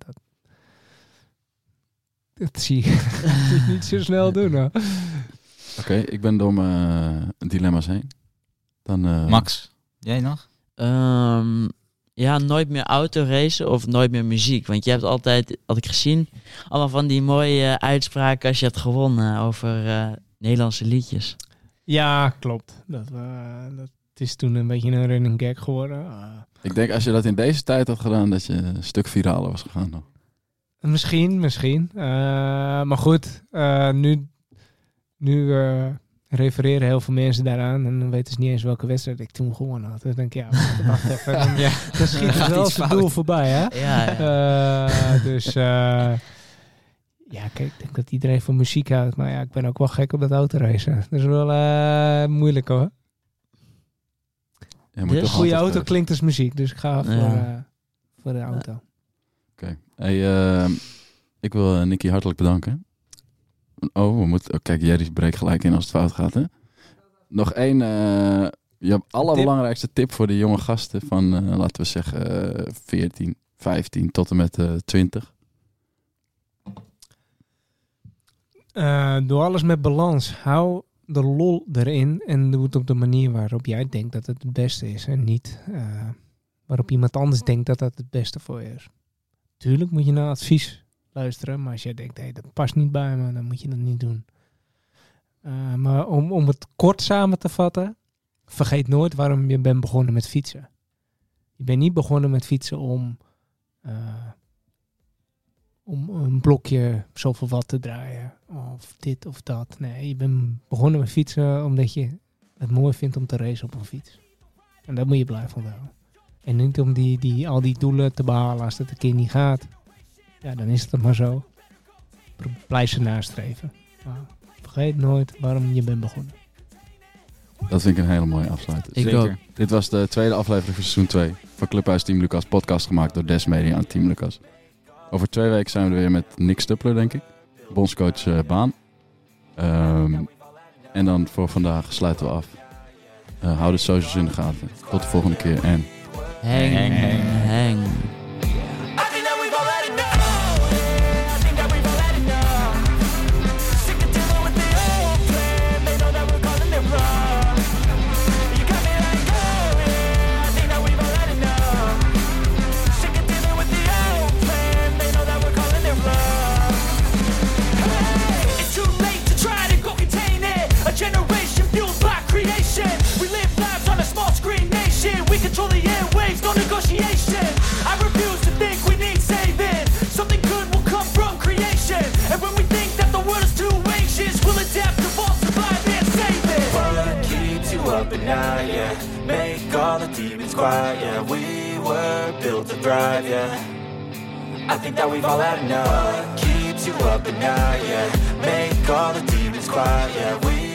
Dat zie ik niet zo snel doen. Nou. Oké, ik ben door mijn dilemma's heen. Dan, Max, jij nog? Ja, nooit meer autoracen of nooit meer muziek. Want je hebt altijd, had ik gezien, allemaal van die mooie uitspraken als je hebt gewonnen over Nederlandse liedjes. Ja, klopt. Dat is toen een beetje een running gag geworden. Ik denk als je dat in deze tijd had gedaan, dat je een stuk viraler was gegaan nog. Misschien. Maar goed, nu refereren heel veel mensen daaraan en dan weten ze niet eens welke wedstrijd ik toen gewonnen had. Dus denk ik, wacht even. Dan schiet het wel zijn doel voorbij, hè? Ja. Dus ja, kijk, ik denk dat iedereen van muziek houdt. Maar ja, ik ben ook wel gek op dat autoracen. Dat is wel moeilijk, hoor. Je moet Dus toch Een goede altijd, auto klinkt als muziek, dus ik ga voor de auto. Oké. Hey, Ik wil Nicky hartelijk bedanken. Kijk, Jerry breekt gelijk in als het fout gaat, hè? Nog één... je allerbelangrijkste tip voor de jonge gasten van, laten we zeggen, 14, 15 tot en met 20. Doe alles met balans. Hou de lol erin en doe het op de manier waarop jij denkt dat het het beste is. En niet waarop iemand anders denkt dat dat het beste voor je is. Tuurlijk moet je naar advies luisteren, maar als jij denkt, hey, dat past niet bij me, dan moet je dat niet doen. Maar om het kort samen te vatten, vergeet nooit waarom je bent begonnen met fietsen. Je bent niet begonnen met fietsen om een blokje zoveel watt te draaien. Of dit of dat. Nee, je bent begonnen met fietsen omdat je het mooi vindt om te racen op een fiets. En dat moet je blijven onthouden. En niet om al die doelen te behalen als het een keer niet gaat. Ja, dan is het maar zo. Blijf ze nastreven. Maar vergeet nooit waarom je bent begonnen. Dat vind ik een hele mooie afsluiter. Ik ook. Dit was de tweede aflevering van seizoen 2 van Clubhuis Team Lucas. Podcast gemaakt door Des Media en Team Lucas. Over 2 weken zijn we er weer met Nick Stuppler, denk ik. Bondscoach Baan. En dan voor vandaag sluiten we af. Hou de socials in de gaten. Tot de volgende keer en... Hang. Yeah, make all the demons quiet. Yeah, we were built to thrive. Yeah, I think that we've all had enough. What keeps you up at night? Yeah, make all the demons quiet. Yeah, we